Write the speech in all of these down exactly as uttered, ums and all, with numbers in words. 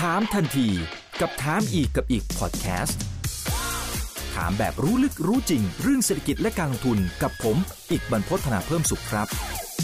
ถามทันทีกับถามอีกกับอีกพอดแคสต์ถามแบบรู้ลึกรู้จริงเรื่องเศรษฐกิจและการลงทุนกับผมอีกบรรพต ธนาเพิ่มสุขครับ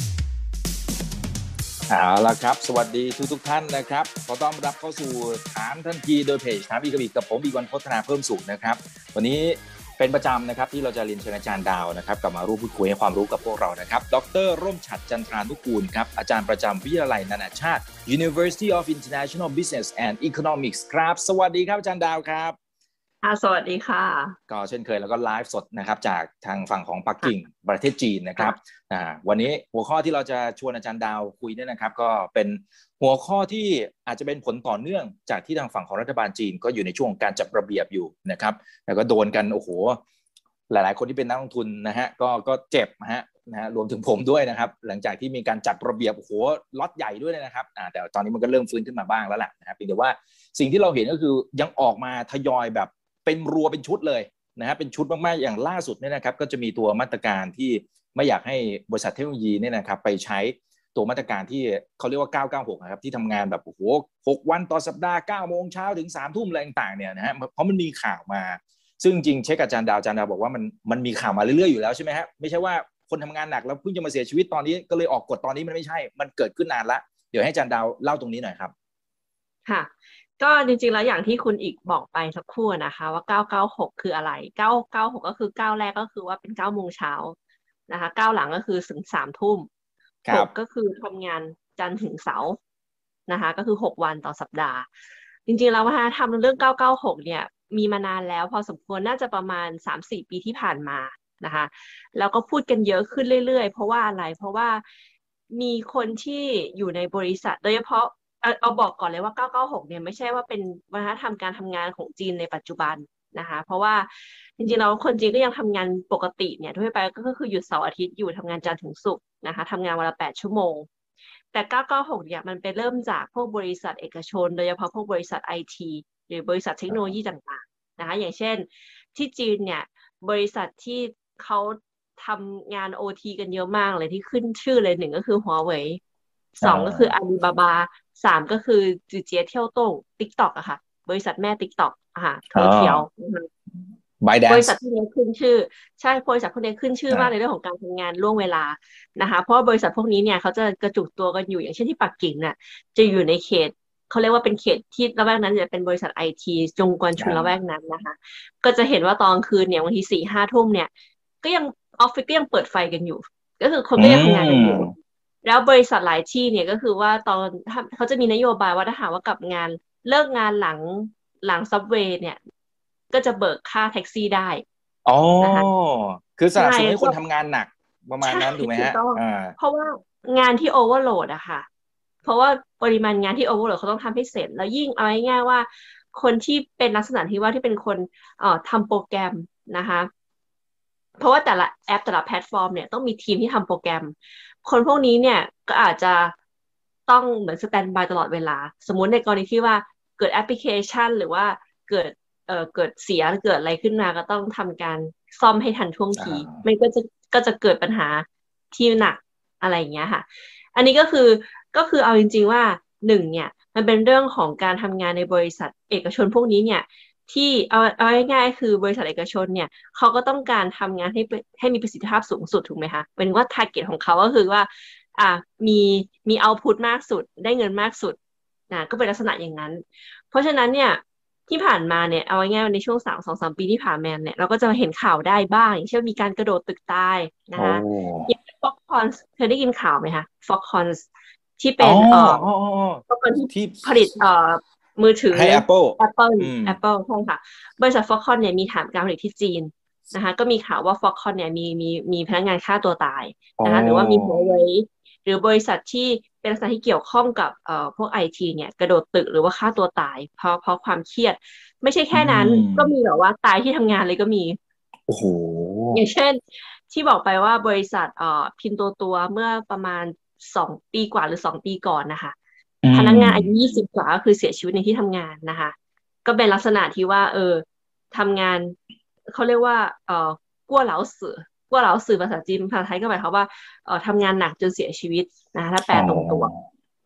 เอาละครับสวัสดีทุกทุกท่านนะครับขอต้อนรับเข้าสู่ถามทันทีโดยเพจถามอีกกับอีกกับผมอีกบรรพต ธนาเพิ่มสุขนะครับวันนี้เป็นประจำนะครับที่เราจะเรียนเชิญอาจารย์ดาวนะครับกลับมาร่วมพูดคุยให้ความรู้กับพวกเรานะครับดร.ร่มฉัตรจันทรานุกูลครับอาจารย์ประจำวิทยาลัยนานาชาติ University of International Business and Economics ครับสวัสดีครับอาจารย์ดาวครับค่ะสวัสดีค่ะก็เช่นเคยแล้วก็ไลฟ์สดนะครับจากทางฝั่งของปักกิ่งประเทศจีนนะครับอ่าวันนี้หัวข้อที่เราจะชวนอาจารย์ดาวคุยเนี่ยนะครับก็เป็นหัวข้อที่อาจจะเป็นผลต่อเนื่องจากที่ทางฝั่งของรัฐบาลจีนก็อยู่ในช่วงการจัดระเบียบอยู่นะครับแล้วก็โดนกันโอ้โหหลายๆคนที่เป็นนักลงทุนนะฮะก็ก็เจ็บฮะนะฮะรวมถึงผมด้วยนะครับหลังจากที่มีการจัดระเบียบโอ้โหล็อตใหญ่ด้วยนะครับอ่าแต่ตอนนี้มันก็เริ่มฟื้นขึ้นมาบ้างแล้วแหละนะครับเพียงแต่ว่าสิ่งที่เราเห็นก็คือยังออกมาทยอยแบบเป็นรัวเป็นชุดเลยนะฮะเป็นชุดมากๆอย่างล่าสุดเนี่ยนะครับก็จะมีตัวมาตรการที่ไม่อยากให้บริษัทเทคโนโลยีเนี่ยนะครับไปใช้ตัวมาตรการที่เขาเรียกว่าเก้าเก้าหกนะครับที่ทำงานแบบโอ้โหหกวันต่อสัปดาห์เก้าโมงเช้าถึงสามทุ่มอะไรต่างๆเนี่ยนะฮะเพราะมันมีข่าวมาซึ่งจริงเช็คอาจารย์ดาวอาจารย์ดาวบอกว่ามันมันมีข่าวมาเรื่อยๆอยู่แล้วใช่ไหมฮะไม่ใช่ว่าคนทำงานหนักแล้วเพิ่งจะมาเสียชีวิตตอนนี้ก็เลยออกกฎตอนนี้มันไม่ใช่มันเกิดขึ้นนานละเดี๋ยวให้อาจารย์ดาวเล่าตรงนี้หน่อยครับค่ะก็จริงๆแล้วอย่างที่คุณอีกบอกไปสักครู่นะคะว่าเก้าเก้าหกคืออะไรเก้าเก้าหกก็คือเก้าแรกก็คือว่าเป็นเก้าโมงเช้านะคะเก้าหลังก็คือถึงสามทุ่มหกก็คือทำงานจันทร์ถึงเสาร์นะคะก็คือหกวันต่อสัปดาห์จริงๆแล้ววัฒนธรรมเรื่องเก้าเก้าหกเนี่ยมีมานานแล้วพอสมควรน่าจะประมาณ สามสี่ ปีที่ผ่านมานะคะแล้วก็พูดกันเยอะขึ้นเรื่อยๆเพราะว่าอะไรเพราะว่ามีคนที่อยู่ในบริษัทโดยเฉพาะเอาเอาบอกก่อนเลยว่าเก้าเก้าหกเนี่ยไม่ใช่ว่าเป็นวัฒนธรรมการทำงานของจีนในปัจจุบันนะคะเพราะว่าจริงๆแล้วคนจีนก็ยังทำงานปกติเนี่ยทั่วไปก็คือหยุดเสาร์อาทิตย์อยู่ทำงานจันทร์ถึงศุกร์นะคะทำงานวันละแปดชั่วโมงแต่เก้าเก้าหกเนี่ยมันไปเริ่มจากพวกบริษัทเอกชนโดยเฉพาะพวกบริษัท ไอ ที หรือบริษัทเทคโนโลยีต่างๆนะคะอย่างเช่นที่จีนเนี่ยบริษัทที่เขาทำงาน โอ ที กันเยอะมากเลยที่ขึ้นชื่อเลยหนึ่งก็คือหัวเว่ยสองก็คืออาลีบาบาสามก็คือจือเจียเที่ยวต้ง TikTok อะค่ะบริษัทแม่ TikTok อะค่ะทัวเที่ยวบริษัทพวกนี้ขึ้นชื่อใช่บริษัทพวกนี้ขึ้นชื่อมากในเรื่องของการทำงานล่วงเวลานะคะเพราะบริษัทพวกนี้เนี่ยเขาจะกระจุกตัวกันอยู่อย่างเช่นที่ปักกิ่งน่ะจะอยู่ในเขตเขาเรียกว่าเป็นเขตที่ละแวกนั้นจะเป็นบริษัท ไอ ที จงกวนชุนละแวกนั้นนะคะก็จะเห็นว่าตอนคืนเนี่ยบางที สี่ห้า ทุ่มเนี่ยก็ยังออฟฟิศก็ยังเปิดไฟกันอยู่ก็คือคนก็ยังทำงานกันอยู่แล้วบริษัทหลายที่เนี่ยก็คือว่าตอนเขาจะมีนโยบายว่าถ้าหากว่ากลับงานเลิกงานหลังหลังซับเวย์เนี่ยก็จะเบิกค่าแท็กซี่ได้อ๋อนะคะคือสนับสนุนให้คนทำงานหนักประมาณนั้นถูกไหมฮะเพราะว่างานที่โอเวอร์โหลดอะค่ะเพราะว่าปริมาณงานที่โอเวอร์โหลดเขาต้องทำให้เสร็จแล้วยิ่งเอาง่ายๆว่าคนที่เป็นลักษณะที่ว่าที่เป็นคนเอ่อทำโปรแกรมนะคะเพราะว่าแต่ละแอปแต่ละแพลตฟอร์มเนี่ยต้องมีทีมที่ทำโปรแกรมคนพวกนี้เนี่ยก็อาจจะต้องเหมือนสแตนด์บายตลอดเวลาสมมุติในกรณีที่ว่าเกิดแอปพลิเคชันหรือว่าเกิดเอ่อเกิดเสียหรือเกิดอะไรขึ้นมาก็ต้องทำการซ่อมให้ทันท่วงทีไม่ก็จะก็จะเกิดปัญหาที่หนักอะไรอย่างเงี้ยค่ะอันนี้ก็คือก็คือเอาจริงๆว่าหนึ่งเนี่ยมันเป็นเรื่องของการทำงานในบริษัทเอกชนพวกนี้เนี่ยที่เอาเอาง่ายๆคือบริษัทเอกชนเนี่ยเขาก็ต้องการทำงานให้ให้มีประสิทธิภาพสูงสุดถูกไหมคะเป็นว่า target ของเขาก็คือว่าอ่ามีมี output มากสุดได้เงินมากสุดนะก็เป็นลักษณะอย่างนั้นเพราะฉะนั้นเนี่ยที่ผ่านมาเนี่ยเอาง่ายๆในช่วงสามสองสามปีที่ผ่านมาเนี่ยเราก็จะเห็นข่าวได้บ้างอย่างเช่นมีการกระโดดตึกตายนะคะอย่างฟ็อกคอนเคยได้ยินข่าวไหมคะฟ็อกคอนที่เป็นเอ่อฟ็อกคอนที่ผลิตเอ่อมือถือให้ Apple Apple Apple ใช่ค่ะบริษัท Foxconn เนี่ยมีฐานการผลิตที่จีนนะคะก็มีข่าวว่า Foxconn เนี่ยมีมีมีพนักงานฆ่าตัวตายนะคะหรือว่ามี Huawei หรือบริษัทที่เป็นลักษณะที่เกี่ยวข้องกับเอ่อพวก ไอ ที เนี่ยกระโดดตึกหรือว่าฆ่าตัวตายเพราะเพราะความเครียดไม่ใช่แค่นั้นก็มีแบบว่าตายที่ทำงานเลยก็มีโอ้โหอย่างเช่นที่บอกไปว่าบริษัทเอ่อพินโตตัวเมื่อประมาณสองปีกว่าหรือสองปีก่อนนะคะพนักงานอายุยี่สิบกว่าก็คือเสียชีวิตในที่ทำงานนะคะก็เป็นลักษณะที่ว่าเออทำงานเขาเรียกว่าเอ่อกั้วเหลาสื่อกั้วเหลาสื่อภาษาจีนภาษาไทยก็หมายความว่าเอ่อทำงานหนักจนเสียชีวิตนะคะถ้าแปลตรงตัว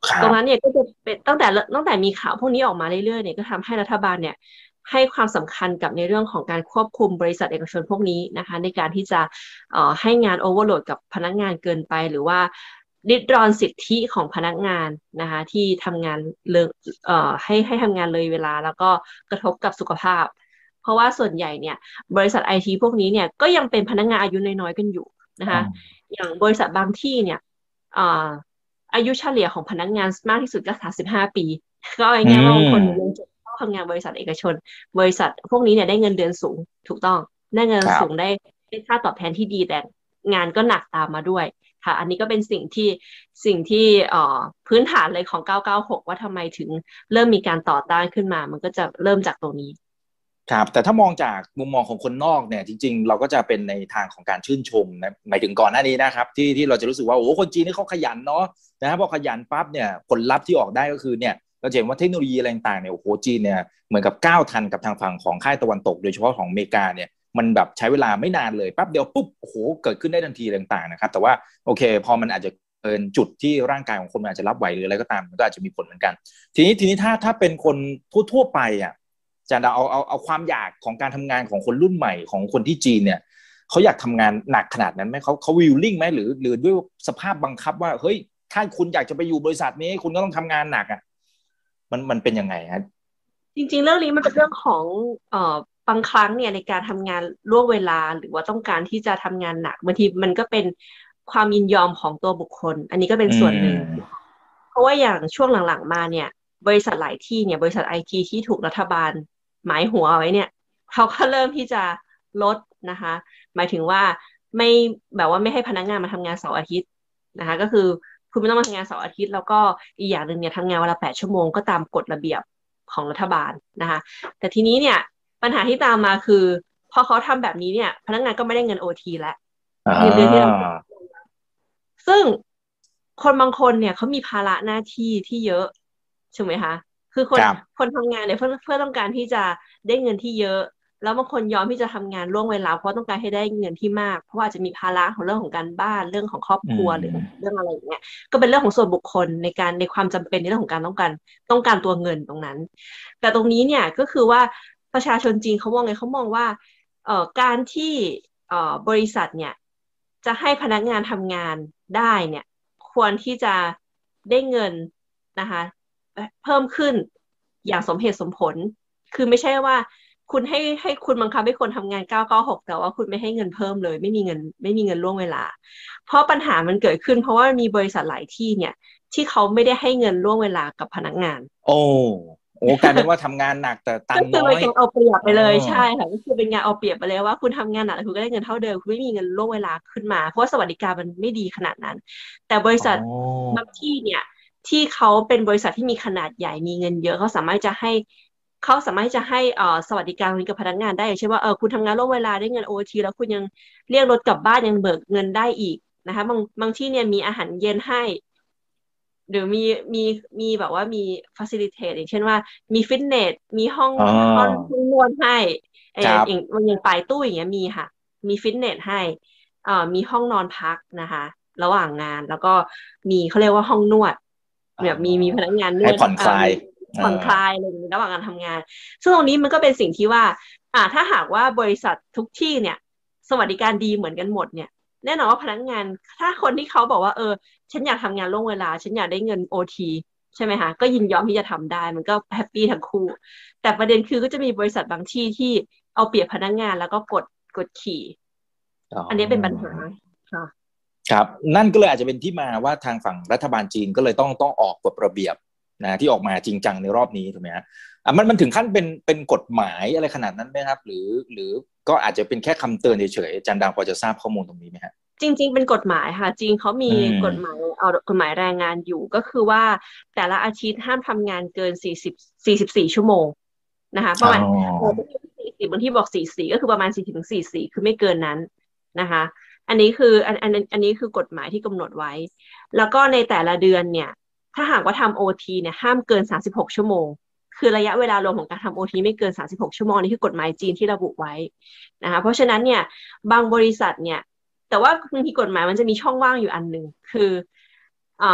ตรงนั้นเนี่ยก็จะเป็นตั้งแต่ตั้งแต่มีข่าวพวกนี้ออกมาเรื่อยๆเนี่ยก็ทำให้รัฐบาลเนี่ยให้ความสำคัญกับในเรื่องของการควบคุมบริษัทเอกชนพวกนี้นะคะในการที่จะเอ่อให้งานโอเวอร์โหลดกับพนักงานเกินไปหรือว่าริดรอนสิทธิของพนักงานนะคะที่ทำงานเลยเอ่อให้ให้ทำงานเลยเวลาแล้วก็กระทบกับสุขภาพเพราะว่าส่วนใหญ่เนี่ยบริษัทไอทีพวกนี้เนี่ยก็ยังเป็นพนักงานอายุน้อยๆกันอยู่นะคะอย่างบริษัทบางที่เนี่ยเอ่ออายุเฉลี่ยของพนักงานมากที่สุดก็สามสิบห้าปีก็ง่ายๆว่าบางคนเรียนจบเข้าทำงานบริษัทเอกชนบริษัทพวกนี้เนี่ยได้เงินเดือนสูงถูกต้องได้เงินสูงได้ได้ค่าตอบแทนที่ดีแต่งานก็หนักตามมาด้วยค่ะอันนี้ก็เป็นสิ่งที่สิ่งที่เอ่อพื้นฐานเลยของเก้าเก้าหกว่าทำไมถึงเริ่มมีการต่อต้านขึ้นมามันก็จะเริ่มจากตรงนี้ครับแต่ถ้ามองจากมุมมองของคนนอกเนี่ยจริงๆเราก็จะเป็นในทางของการชื่นชมนะหมายถึงก่อนหน้านี้นะครับที่ที่เราจะรู้สึกว่าโอ้คนจีนนี่เขาขยันเนาะนะพอขยันปั๊บเนี่ยผลลัพธ์ที่ออกได้ก็คือเนี่ยเราเห็นว่าเทคโนโลยีอะไรต่างๆเนี่ยโอ้โหจีนเนี่ยเหมือนกับก้าวทันกับทางฝั่งของค่ายตะวันตกโดยเฉพาะของอเมริกาเนี่ยมันแบบใช้เวลาไม่นานเลยปั๊บเดียวปุ๊บโอ้โหเกิดขึ้นได้ทันทีต่างๆนะครับแต่ว่าโอเคพอมันอาจจะเกินจุดที่ร่างกายของคนมันอาจจะรับไหวหรืออะไรก็ตามมันก็อาจจะมีผลเหมือนกันทีนี้ทีนี้ถ้าถ้าเป็นคนทั่วๆไปอ่ะจะเอาเอาเอาความอยากของการทำงานของคนรุ่นใหม่ของคนที่จีนเนี่ยเขาอยากทำงานหนักขนาดนั้นไหมเขาเขาวิลลิ่งไหมหรือหรือด้วยสภาพบังคับว่าเฮ้ยถ้าคุณอยากจะไปอยู่บริษัทนี้คุณก็ต้องทำงานหนักอ่ะมันมันเป็นยังไงฮะจริงๆเรื่องนี้มันเป็นเรื่องของเอ่อบางครั้งเนี่ยในการทำงานล่วงเวลาหรือว่าต้องการที่จะทำงานหนักบางทีมันก็เป็นความยินยอมของตัวบุคคลอันนี้ก็เป็นส่วนหนึ่งเพราะว่าอย่างช่วงหลังๆมาเนี่ยบริษัทหลายที่เนี่ยบริษัทไอทีที่ถูกรัฐบาลหมายหัวเอาไว้เนี่ยเขาก็เริ่มที่จะลดนะคะหมายถึงว่าไม่แบบว่าไม่ให้พนักงานมาทำงานเสาร์อาทิตย์นะคะก็คือคุณไม่ต้องมาทำงานเสาร์อาทิตย์แล้วก็อีกอย่างหนึ่งเนี่ยทำงานวันละแปดชั่วโมงก็ตามกฎระเบียบของรัฐบาลนะคะแต่ทีนี้เนี่ยปัญหาที่ตามมาคือพอเขาทำแบบนี้เนี่ยพนักงานก็ไม่ได้เงิน โอ ที แล้วเงินเดือนที่เราซึ่งคนบางคนเนี่ยเขามีภาระหน้าที่ที่เยอะใช่ไหมคะคือคนคนทำงานเนี่ยเพื่อเพื่อต้องการที่จะได้เงินที่เยอะแล้วบางคนยอมที่จะทำงานล่วงเวลาเพราะต้องการให้ได้เงินที่มากเพราะว่าจะมีภาระของเรื่องของการบ้านเรื่องของครอบครัวหรือเรื่องอะไรอย่างเงี้ยก็เป็นเรื่องของส่วนบุคคลในการในความจำเป็นในเรื่องของการต้องการต้องการตัวเงินตรงนั้นแต่ตรงนี้เนี่ยก็คือว่าประชาชนจีนเขามองไงเขามองว่าเอ่อการที่เอ่อบริษัทเนี่ยจะให้พนักงานทำงานได้เนี่ยควรที่จะได้เงินนะคะเพิ่มขึ้นอย่างสมเหตุสมผลคือไม่ใช่ว่าคุณให้ให้คุณบังคับให้คนทำงานเก้าเก้าหกแต่ว่าคุณไม่ให้เงินเพิ่มเลยไม่มีเงินไม่มีเงินล่วงเวลาเพราะปัญหามันเกิดขึ้นเพราะว่ามีบริษัทหลายที่เนี่ยที่เขาไม่ได้ให้เงินล่วงเวลากับพนักงานโอ้โอ้กลายเป็นว่าทำงานหนักแต่ตังค์น้อยก็คือเป็นการเอาเปรียบไปเลยใช่ค่ะก็คือเป็นงานเอาเปรียบไปเลยว่าคุณทำงานหนักคุณก็ได้เงินเท่าเดิมคุณไม่มีเงินล่วงเวลาขึ้นมาเพราะสวัสดิการมันไม่ดีขนาดนั้นแต่บริษัทบางที่เนี่ยที่เขาเป็นบริษัทที่มีขนาดใหญ่มีเงินเยอะเขาสามารถจะให้เขาสามารถจะให้เอ่อสวัสดิการกับพนักงานได้อย่างเช่นว่าเออคุณทำงานล่วงเวลาได้เงิน โอ ที แล้วคุณยังเรียกรถกลับบ้านยังเบิกเงินได้อีกนะคะบางบางที่เนี่ยมีอาหารเย็นให้หรือมีมีมีแบบว่ามี facilitate อย่างเช่นว่ามีฟิตเนสมีห้องห้องนวดให้เอออย่างอย่างปลายตู้อย่างเงี้ยมีค่ะมีฟิตเนสให้เอ่อมีห้องนอนพักนะคะระหว่างงานแล้วก็มีเขาเรียกว่าห้องนวดแบบมีมีพนักงานนวดผ่อนคลายผ่อนคลายอะไรอย่างนี้ระหว่างการทำงานซึ่งตรงนี้มันก็เป็นสิ่งที่ว่าอ่าถ้าหากว่าบริษัททุกที่เนี่ยสวัสดิการดีเหมือนกันหมดเนี่ยแน่นอนว่าพนักงานถ้าคนที่เขาบอกว่าเออฉันอยากทำงานล่วงเวลาฉันอยากได้เงิน โอ ที ใช่ไหมคะก็ยินยอมที่จะทำได้มันก็แฮปปี้ทั้งคู่แต่ประเด็นคือก็จะมีบริษัทบางที่ที่เอาเปรียบพนักงานแล้วก็กดกดขี่อันนี้เป็นปัญหาค่ะครับนั่นก็เลยอาจจะเป็นที่มาว่าทางฝั่งรัฐบาลจีนก็เลยต้องต้องออกกฎระเบียบนะที่ออกมาจริงจังในรอบนี้ถูกไหมฮะอ่ะมันมันถึงขั้นเป็นเป็นกฎหมายอะไรขนาดนั้นไหมครับหรือหรือก็อาจจะเป็นแค่คำเตือนเฉยๆอาจารย์ดาวพอจะทราบข้อมูลตรงนี้ไหมฮะจริงๆเป็นกฎหมายค่ะจีนเขามีกฎหมายเอากฎหมายแรงงานอยู่ก็คือว่าแต่ละอาทิตย์ห้ามทำงานเกินสี่สิบ สี่สิบสี่ชั่วโมงนะคะประมาณสี่สิบบางที่บอกสี่สิบสี่ก็คือประมาณสี่ถึงสี่สิบสี่คือไม่เกินนั้นนะคะอันนี้คืออันอันอันนี้คือกฎหมายที่กำหนดไว้แล้วก็ในแต่ละเดือนเนี่ยถ้าหากว่าทำ โอ ที เนี่ยห้ามเกินสามสิบหกชั่วโมงคือระยะเวลารวมของการทำ โอ ที ไม่เกินสามสิบหกชั่วโมงนี่คือกฎหมายจีนที่ระบุไว้นะคะเพราะฉะนั้นเนี่ยบางบริษัทเนี่ยแต่ว่าบางทีกฎหมายมันจะมีช่องว่างอยู่อันหนึ่งคืออ่า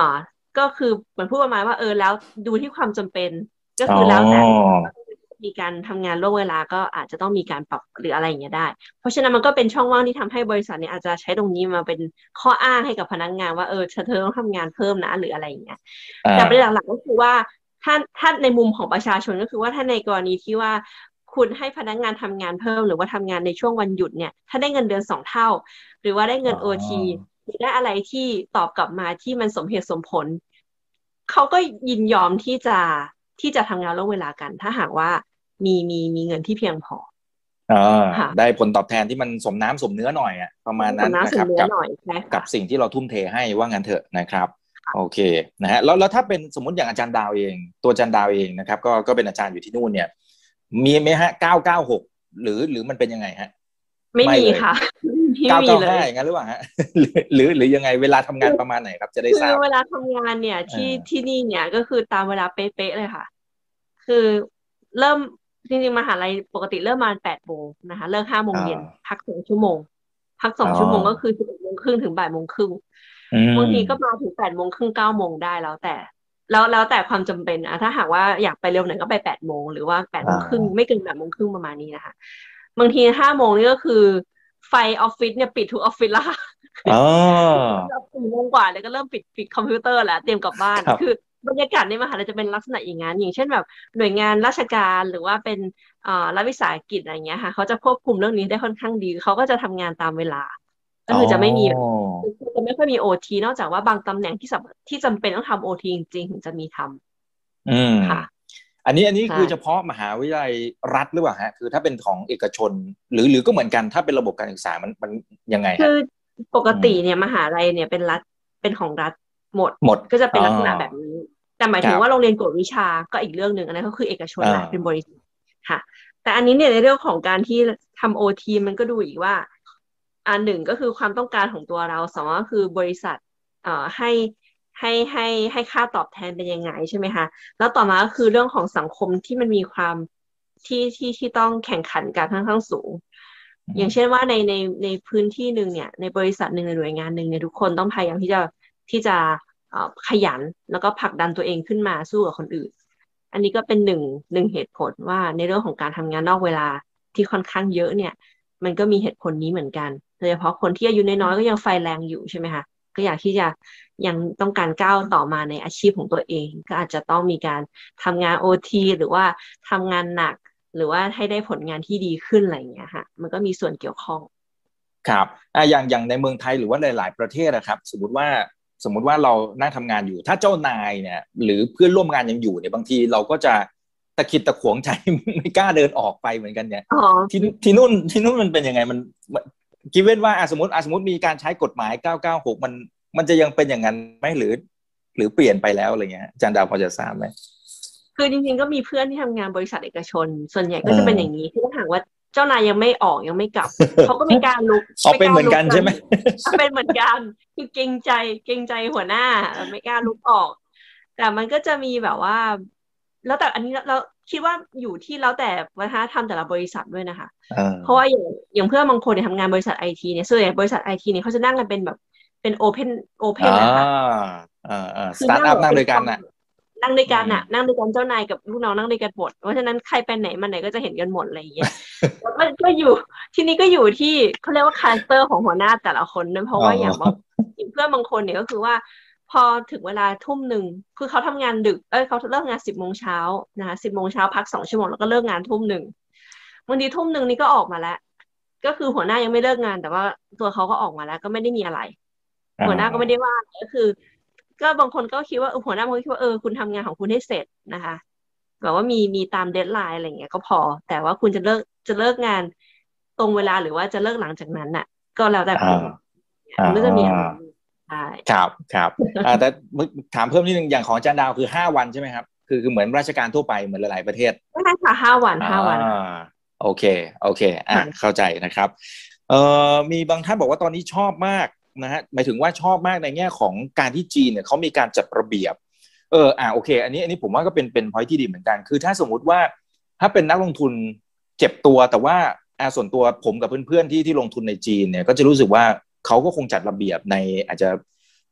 ก็คือเหมือนพูดประมาณว่าเออแล้วดูที่ความจำเป็นก็คือแล้วแต่มีการทำงานล่วงเวลาก็อาจจะต้องมีการปรับหรืออะไรอย่างเงี้ยได้เพราะฉะนั้นมันก็เป็นช่องว่างที่ทำให้บริษัทเนี่ยอาจจะใช้ตรงนี้มาเป็นข้ออ้างให้กับพนักงานว่าเออเธอต้องทำงานเพิ่มนะหรืออะไรอย่างเงี้ยแต่ประเด็นหลักๆก็คือว่าถ้าถ้าในมุมของประชาชนก็คือว่าถ้าในกรณีที่ว่าคุณให้พนักงานทำงานเพิ่มหรือว่าทำงานในช่วงวันหยุดเนี่ยถ้าได้เงินเดือนสองเท่าหรือว่าได้เงิน โอ ที หรือได้อะไรที่ตอบกลับมาที่มันสมเหตุสมผลเขาก็ยินยอมที่จะที่จะทำงานล่วงเวลากันถ้าหากว่ามีมีมีเงินที่เพียงพออ่าได้ผลตอบแทนที่มันสมน้ำสมเนื้อหน่อยอ่ะประมาณนั้นนะครับกับกับสิ่งที่เราทุ่มเทให้ว่างั้นเถอะนะครับโอเคนะฮะแล้วแล้วถ้าเป็นสมมติอย่างอาจารย์ดาวเองตัวอาจารย์ดาวเองนะครับก็ก็เป็นอาจารย์อยู่ที่นู่นเนี่ยมีไหมฮะเก้าเก้าหกหรือหรือมันเป็นยังไงฮะไม่มีค่ะเก้าเก้าห้าอย่างนั้นหรือเปล่าฮะหรือหรือยังไงเวลาทำงานประมาณไหนครับจะได้ทราบคือเวลาทำงานเนี่ยที่ที่นี่เนี่ยก็คือตามเวลาเป๊ะๆเลยค่ะคือเริ่มจริงๆมหาลัยปกติเริ่มมาแปดโมงนะคะเลิกห้าโมงเย็นพักสองชั่วโมงพักสองชั่วโมงก็คือสิบเอ็ดโมงครึ่งถึงบ่ายโมงครึ่งบางทีก็มาถึงแปดโมงครึ่งเก้าโมงได้แล้วแต่แล้วแล้วแต่ความจำเป็นอะถ้าหากว่าอยากไปเร็วหน่อยก็ไปแปดโมงหรือว่าแปดโมงครึ่งไม่เกินแปดโมงครึ่งประมาณนี้นะคะบางทีห้าโมงนี่ก็คือไฟออฟฟิศเนี่ยปิดทุกออฟฟิศแล้วค่ะอ๋อสี่โมงกว่าเลยก็เริ่มปิดปิดคอมพิวเตอร์แล้วเตรียมกลับบ้านคือบรรยากาศในมหาลัยจะเป็นลักษณะอย่างนั้นอย่างเช่นแบบหน่วยงานราชการหรือว่าเป็นอ่ารัฐวิสาหกิจอะไรเงี้ยค่ะเขาจะควบคุมเรื่องนี้ได้ค่อนข้างดีเขาก็จะทำงานตามเวลาก็คือจะไม่มีจะไม่ค่อยมีโอทีนอกจากว่าบางตำแหน่งที่ที่จำเป็นต้องทำโอทีจริงๆถึงจะมีทำอืมค่ะอันนี้อันนี้คือเฉพาะมหาวิทยาลัยรัฐหรือเปล่าฮะคือถ้าเป็นของเอกชนหรือหรือก็เหมือนกันถ้าเป็นระบบการศึกษามันมันยังไงฮะคือปกติเนี่ยมหาลัยเนี่ยเป็นรัฐเป็นของรัฐหมดหมดก็จะเป็นลักษณะแบบนี้แต่หมายถึงว่าโรงเรียนกวดวิชาก็อีกเรื่องหนึ่งอันนั้นก็คือเอกชนละเป็นบริษัทค่ะแต่อันนี้เนี่ยในเรื่องของการที่ทำโอทีมันก็ดูอีกว่าอันหนึ่งก็คือความต้องการของตัวเราสองก็คือบริษัทเอ่อให้ให้ให้ให้ค่าตอบแทนเป็นยังไงใช่ไหมคะแล้วต่อมาก็คือเรื่องของสังคมที่มันมีความที่ที่ที่ต้องแข่งขันกันค่อนข้างสูงอย่างเช่นว่าในในในพื้นที่หนึ่งเนี่ยในบริษัทหนึ่งในหน่วยงานหนึ่งเนี่ยทุกคนต้องพยายามที่จะที่จะขยันแล้วก็ผลักดันตัวเองขึ้นมาสู้กับคนอื่นอันนี้ก็เป็นหนึ่งหนึ่งเหตุผลว่าในเรื่องของการทำงานนอกเวลาที่ค่อนข้างเยอะเนี่ยมันก็มีเหตุผลนี้เหมือนกันโดยเฉพาะคนที่อายุน้อยๆก็ยังไฟแรงอยู่ใช่ไหมคะก็อยากที่จะยังต้องการก้าวต่อมาในอาชีพของตัวเองก็อาจจะต้องมีการทำงาน โอ ที หรือว่าทำงานหนักหรือว่าให้ได้ผลงานที่ดีขึ้นอะไรอย่างเงี้ยค่ะมันก็มีส่วนเกี่ยวข้องครับอ่าอย่างอย่างในเมืองไทยหรือว่าหลายๆประเทศนะครับสมมติว่าสมมติว่าเรานั่งทำงานอยู่ถ้าเจ้านายเนี่ยหรือเพื่อนร่วมงานยังอยู่เนี่ยบางทีเราก็จะตะขิดตะขวงใจไม่กล้าเดินออกไปเหมือนกันเนี่ยที่ที่นู่นที่นู่นมันเป็นยังไงมันคิดเว้นว่าสมมติสมมติมีการใช้กฎหมายเก้าเก้าหกมันมันจะยังเป็นอย่างนั้นไหมหรือหรือเปลี่ยนไปแล้วอะไรเงี้ยอาจารย์ดาวพอจะทราบไหมคือจริงๆก็มีเพื่อนที่ทำงานบริษัทเอกชนส่วนใหญ่ก็จะเป็นอย่างนี้ที่ถ้าหากว่าเจ้านายยังไม่ออกยังไม่กลับเขาก็มีการลุกเอาเป็นเหมือนกันใช่ไหมเป็นเหมือนกันคือเกรงใจเกรงใจหัวหน้าไม่กล้าลุกออกแต่มันก็จะมีแบบว่าแล้วแต่อันนี้เราคิดว่าอยู่ที่แล้วแต่วัฒนธรรมแต่ละบริษัทด้วยนะคะเพราะว่าอย่างอย่างเพื่อนบางคนเนี่ยทำงานบริษัทไอทีเนี่ยส่วนใหญ่บริษัทไอทีเนี่ยเขาจะนั่งกันเป็นแบบเป็นโอเพนโอเพนนะคะอ่าอ่าสตาร์ทอัพนั่งด้วยกันน่ะนั่งด้วยกันน่ะนั่งด้วยกันเจ้านายกับลูกน้องนั่งด้วยกันหมดเพราะฉะนั้นใครไปไหนมาไหนก็จะเห็นกันหมดอะไรอย่างเงี้ยแล้วก็อยู่ที่นี้ก็อยู่ที่เขาเรียกว่าคาแรคเตอร์ของหัวหน้าแต่ละคนนั่นเพราะว่าอย่างว่าเพื่อนบางคนเนี่ยก็คือว่าพอถึงเวลาทุ่มหนึ่งคือเขาทำงานดึกเอ้ยเขาเลิกงานสิบโมงเช้านะคะสิบโมงเช้าพักสองชั่วโมงแล้วก็เลิกงานทุ่มหนึ่งบางทีทุ่มหนึ่งนี่ก็ออกมาแล้วก็คือหัวหน้ายังไม่เลิกงานแต่ว่าตัวเขาก็ออกมาแล้วก็ไม่ได้มีอะไรหัวหน้าก็ไม่ได้ว่าก็คือก็บางคนก็คิดว่าหัวหน้าบางคนคิดว่าเออคุณทำงานของคุณให้เสร็จนะคะแบบว่ามีมีตามเดดไลน์อะไรอย่างเงี้ยก็พอแต่ว่าคุณจะเลิกจะเลิกงานตรงเวลาหรือว่าจะเลิกหลังจากนั้นน่ะก็แล้วแต่คุณมันก็จะมีอะไรใช่ครับครับแต่ถามเพิ่มนิดนึงอย่างของอาจารย์ดาวคือห้าวันใช่ไหมครับคือคือเหมือนราชการทั่วไปเหมือนหลายๆประเทศใช่ค่ะห้าวันห้าวันโอเคโอเคอ่ะเข้าใจนะครับเอ่อมีบางท่านบอกว่าตอนนี้ชอบมากนะฮะหมายถึงว่าชอบมากในแง่ของการที่จีนเนี่ยเขามีการจัดระเบียบเอออ่าโอเคอันนี้อันนี้ผมว่าก็เป็นเป็น point ที่ดีเหมือนกันคือถ้าสมมุติว่าถ้าเป็นนักลงทุนเจ็บตัวแต่ว่าอ่าส่วนตัวผมกับเพื่อนๆที่ที่ลงทุนในจีนเนี่ยก็จะรู้สึกว่าเขาก็คงจัดระเบียบในอาจจะ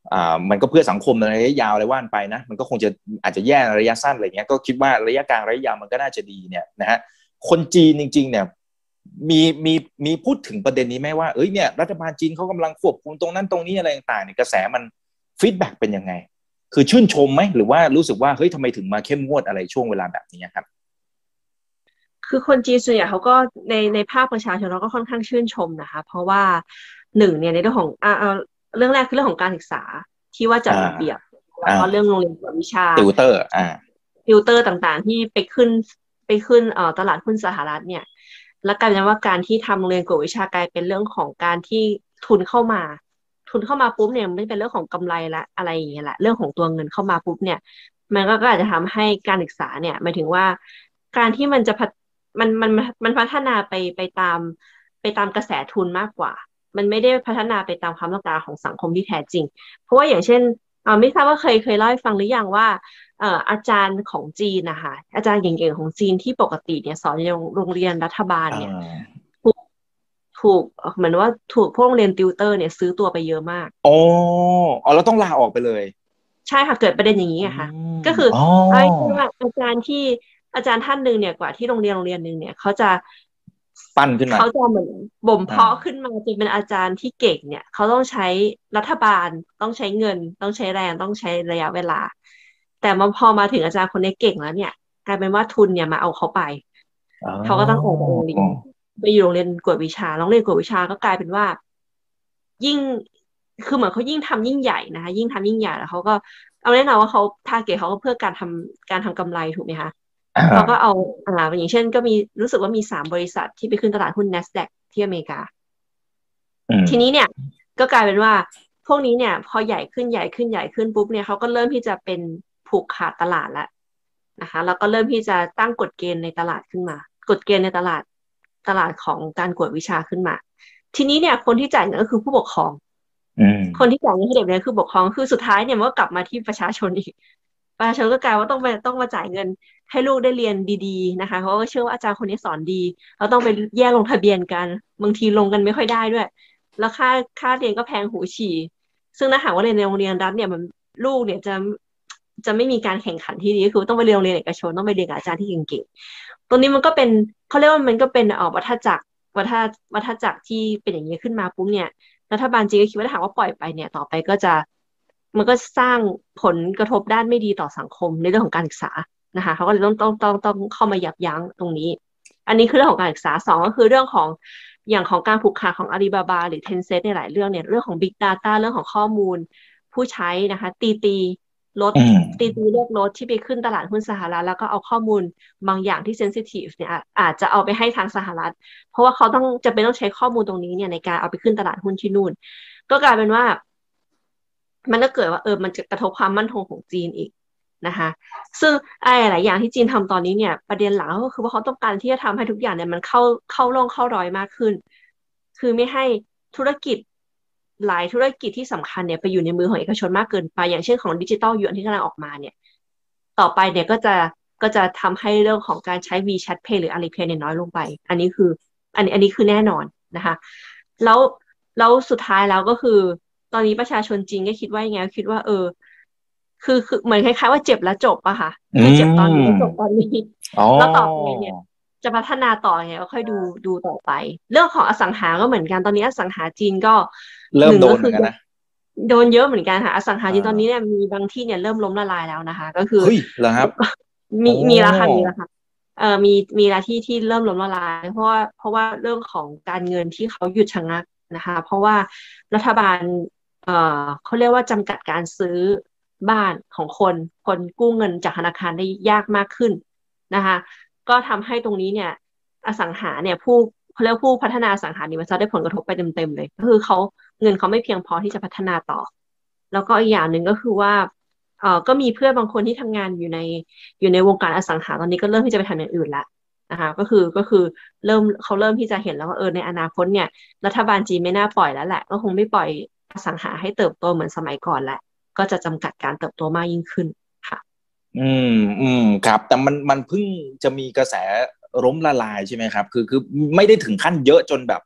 อ่ามันก็เพื่อสังคมในระยะยาวอะไรว่านไปนะมันก็คงจะอาจจะแย่ในระยะสั้นอะไรเงี้ยก็คิดว่าระยะกลางระยะยาวมันก็น่าจะดีเนี่ยนะฮะคนจีนจริงๆเนี่ยมีมีมีพูดถึงประเด็นนี้ไหมว่าเอ้ยเนี่ยรัฐบาลจีนเขากำลังควบคุมตรงนั้นตรงนี้อะไรต่างๆเนี่ยกระแสมันฟีดแบ็กเป็นยังไงคือชื่นชมไหมหรือว่ารู้สึกว่าเฮ้ยทำไมถึงมาเข้มงวดอะไรช่วงเวลาแบบนี้ครับคือคนจีนส่วนใหญ่เขาก็ในในภาคประชาชนเราก็ค่อนข้างชื่นชมนะคะเพราะว่าหนึ่งเนี่ยในเรื่องของอ่าเรื่องแรกคือเรื่องของการศึกษาที่ว่าจัดระเบียบแล้วก็เรื่องโรงเรียนกวดวิชาติวเตอร์อ่าติวเตอร์ต่างๆที่ไปขึ้นไปขึ้นเอ่อตลาดหุ้นสหรัฐเนี่ยและกลายเป็นว่าการที่ทำโรงเรียนกวดวิชากลายเป็นเรื่องของการที่ทุนเข้ามาทุนเข้ามาปุ๊บเนี่ยมันเป็นเรื่องของกำไรละอะไรอย่างเงี้ยแหละเรื่องของตัวเงินเข้ามาปุ๊บเนี่ยมันก็อาจจะทำให้การศึกษาเนี่ยหมายถึงว่าการที่มันจะมันมันมันพัฒนาไปไปตามไปตามกระแสทุนมากกว่ามันไม่ได้พัฒนาไปตามความต้องการของสังคมที่แท้จริงเพราะว่าอย่างเช่นเออไม่ทราบว่าเคยเคยเล่าให้ฟังหรือยังว่าเอ่ออาจารย์ของจีนนะคะอาจารย์เก่งๆของจีนที่ปกติเนี่ยสอนในโรงเรียนรัฐบาลเนี่ยถูกถูกเหมือนว่าถูกพวกโรงเรียนติวเตอร์เนี่ยซื้อตัวไปเยอะมากอ๋ออ๋อเราต้องลาออกไปเลยใช่ค่ะเกิดประเด็นอย่างนี้ค่ะก็คือไอ้ว่าอาจารย์ที่อาจารย์ท่านหนึ่งเนี่ยกว่าที่โรงเรียนโรงเรียนหนึ่งเนี่ยเขาจะปั้นขึ้นมาเขาจะเหมือนบ่มเพาะขึ้นมาจนเป็นอาจารย์ที่เก่งเนี่ยเขาต้องใช้รัฐบาลต้องใช้เงินต้องใช้แรงต้องใช้ระยะเวลาแต่มาพอมาถึงอาจารย์คนนี้เก่งแล้วเนี่ยกลายเป็นว่าทุนเนี่ยมาเอาเขาไปเขาก็ต้องออกจากโรงเรียนไปอยู่โรงเรียนกวดวิชาโรงเรียนกวดวิชาก็กลายเป็นว่ายิ่งคือเหมือนเขายิ่งทำยิ่งใหญ่นะคะยิ่งทำยิ่งใหญ่แล้วเขาก็เอาแน่นอนว่าเขาทาร์เก็ตเขาก็เพื่อการทำการทำกำไรถูกไหมคะเขาก็เอาอ่าอย่างเช่นก็มีรู้สึกว่ามีสามบริษัทที่ไปขึ้นตลาดหุ้น NASDAQ ที่อเมริกาทีนี้เนี่ยก็กลายเป็นว่าพวกนี้เนี่ยพอใหญ่ขึ้นใหญ่ขึ้นใหญ่ขึ้นปุ๊บเนี่ยเขาก็เริ่มที่จะเป็นผูกขาดตลาดแล้วนะคะแล้วก็เริ่มที่จะตั้งกฎเกณฑ์ในตลาดขึ้นมากฎเกณฑ์ในตลาดตลาดของการกวดวิชาขึ้นมาทีนี้เนี่ยคนที่จ่ายเงินก็คือผู้ปกครองคนที่จ่ายเงินให้เด็กเนี่ยคือปกครองคือสุดท้ายเนี่ยมันก็กลับมาที่ประชาชนอีกประชาชนก็กลายว่าต้องไปต้องมาจ่ายเงินให้ลูกได้เรียนดีๆนะคะเพราะว่าเชื่อว่าอาจารย์คนนี้สอนดีเราต้องไปแยกลงทะเบียนกันบางทีลงกันไม่ค่อยได้ด้วยแล้วค่าค่าเรียนก็แพงหูฉี่ซึ่งถ้าหากว่าเรียนในโรงเรียนรัฐเนี่ยมันลูกเนี่ยจะจะไม่มีการแข่งขันที่ดีคือต้องไปเรียนโรงเรียนเอกชนต้องไปเรียนกับอาจารย์ที่เก่งๆตรงนี้มันก็เป็นเขาเรียกว่ามันก็เป็นออกวัฏจักรวัฏวัฏจักรที่เป็นอย่างนี้ขึ้นมาปุ๊บเนี่ยรัฐบาลจีนก็คิดว่าถ้าหากว่าปล่อยไปเนี่ยต่อไปก็จะมันก็สร้างผลกระทบด้านไม่ดีต่อสังคมในเรื่องของการศึกษานะคะเขาก็เลยต้องต้องต้องต้องเข้ามายับยั้งตรงนี้อันนี้คือเรื่องของการศึกษาสองก็คือเรื่องของอย่างของการผูกขาดของอาลีบาบาหรือ Tencent ในหลายเรื่องเนี่ยเรื่องของ Big Data เรื่องของข้อมูลผู้ใช้นะคะตีตีลดตีตีเลือกลดที่ไปขึ้นตลาดหุ้นสหรัฐแล้วก็เอาข้อมูลบางอย่างที่เซนซิทีฟเนี่ยอาจจะเอาไปให้ทางสหรัฐเพราะว่าเขาต้องจะเป็นต้องใช้ข้อมูลตรงนี้เนี่ยในการเอาไปขึ้นตลาดหุ้นที่นู่นก็กลายเป็นว่ามันก็เกิดว่าเออมันจะกระทบความมั่นคงของจีนอีกนะคะซึ่งไอ้หลายอย่างที่จีนทำตอนนี้เนี่ยประเด็นหลักก็คือว่าเขาต้องการที่จะทำให้ทุกอย่างเนี่ยมันเข้าเข้าร่องเข้ารอยมากขึ้นคือไม่ให้ธุรกิจหลายธุรกิจที่สำคัญเนี่ยไปอยู่ในมือของเอกชนมากเกินไปอย่างเช่นของดิจิตอลหยวนที่กำลังออกมาเนี่ยต่อไปเนี่ยก็จะก็จะทำให้เรื่องของการใช้ WeChat Pay หรือ Alipay เนี่ยน้อยลงไปอันนี้คืออันนี้อันนี้คือแน่นอนนะคะแล้วแล้วสุดท้ายแล้วก็คือตอนนี้ประชาชนจีนก็คิดว่ายังไงคิดว่าเออคือคือเหมือนคล้ายๆว่าเจ็บแล้วจบอะค่ะคือเจ็บตอนนี้จบตอนนี้แล้วต่อไปเนี่ยจะพัฒนาต่อไงก็ค่อยดูดูต่อไปเรื่องของอสังหาก็เหมือนกันตอนนี้อสังหาจีนก็เริ่มโดนเหมือนกันนะโดนเยอะเหมือนกันค่ะอสังหาจีนตอนนี้เนี่ยมีบางที่เนี่ยเริ่มล้มละลายแล้วนะคะก็คือเฮ้ยเหรอครับมีมีราคามีราคาเอ่อมีมีราที่ที่เริ่มล้มละลายเพราะว่าเพราะว่าเรื่องของการเงินที่เขาหยุดชะงักนะคะเพราะว่ารัฐบาลเอ่อเขาเรียกว่าจำกัดการซื้อบ้านของคนคนกู้เงินจากธนาคารได้ยากมากขึ้นนะคะก็ทำให้ตรงนี้เนี่ยอสังหาเนี่ยผู้เขาเรียกผู้พัฒนาอสังหาริมทรัพย์ได้ผลกระทบไปเต็มๆเลยก็คือเขาเงินเขาไม่เพียงพอที่จะพัฒนาต่อแล้วก็อีกอย่างหนึ่งก็คือว่าเอ่อก็มีเพื่อนบางคนที่ทำงานอยู่ในอยู่ในวงการอสังหาตอนนี้ก็เริ่มที่จะไปทำอย่างอื่นละนะคะก็คือก็คือเริ่มเขาเริ่มที่จะเห็นแล้วว่าเออในอนาคตเนี่ยรัฐบาลจีนไม่น่าปล่อยแล้วแหละก็คงไม่ปล่อยอสังหาให้เติบโตเหมือนสมัยก่อนแหละก็จะจำกัดการเติบโตมากยิ่งขึ้นค่ะอืมอืมครับแต่มันมันเพิ่งจะมีกระแสล้มละลายใช่ไหมครับคือคือไม่ได้ถึงขั้นเยอะจนแบบ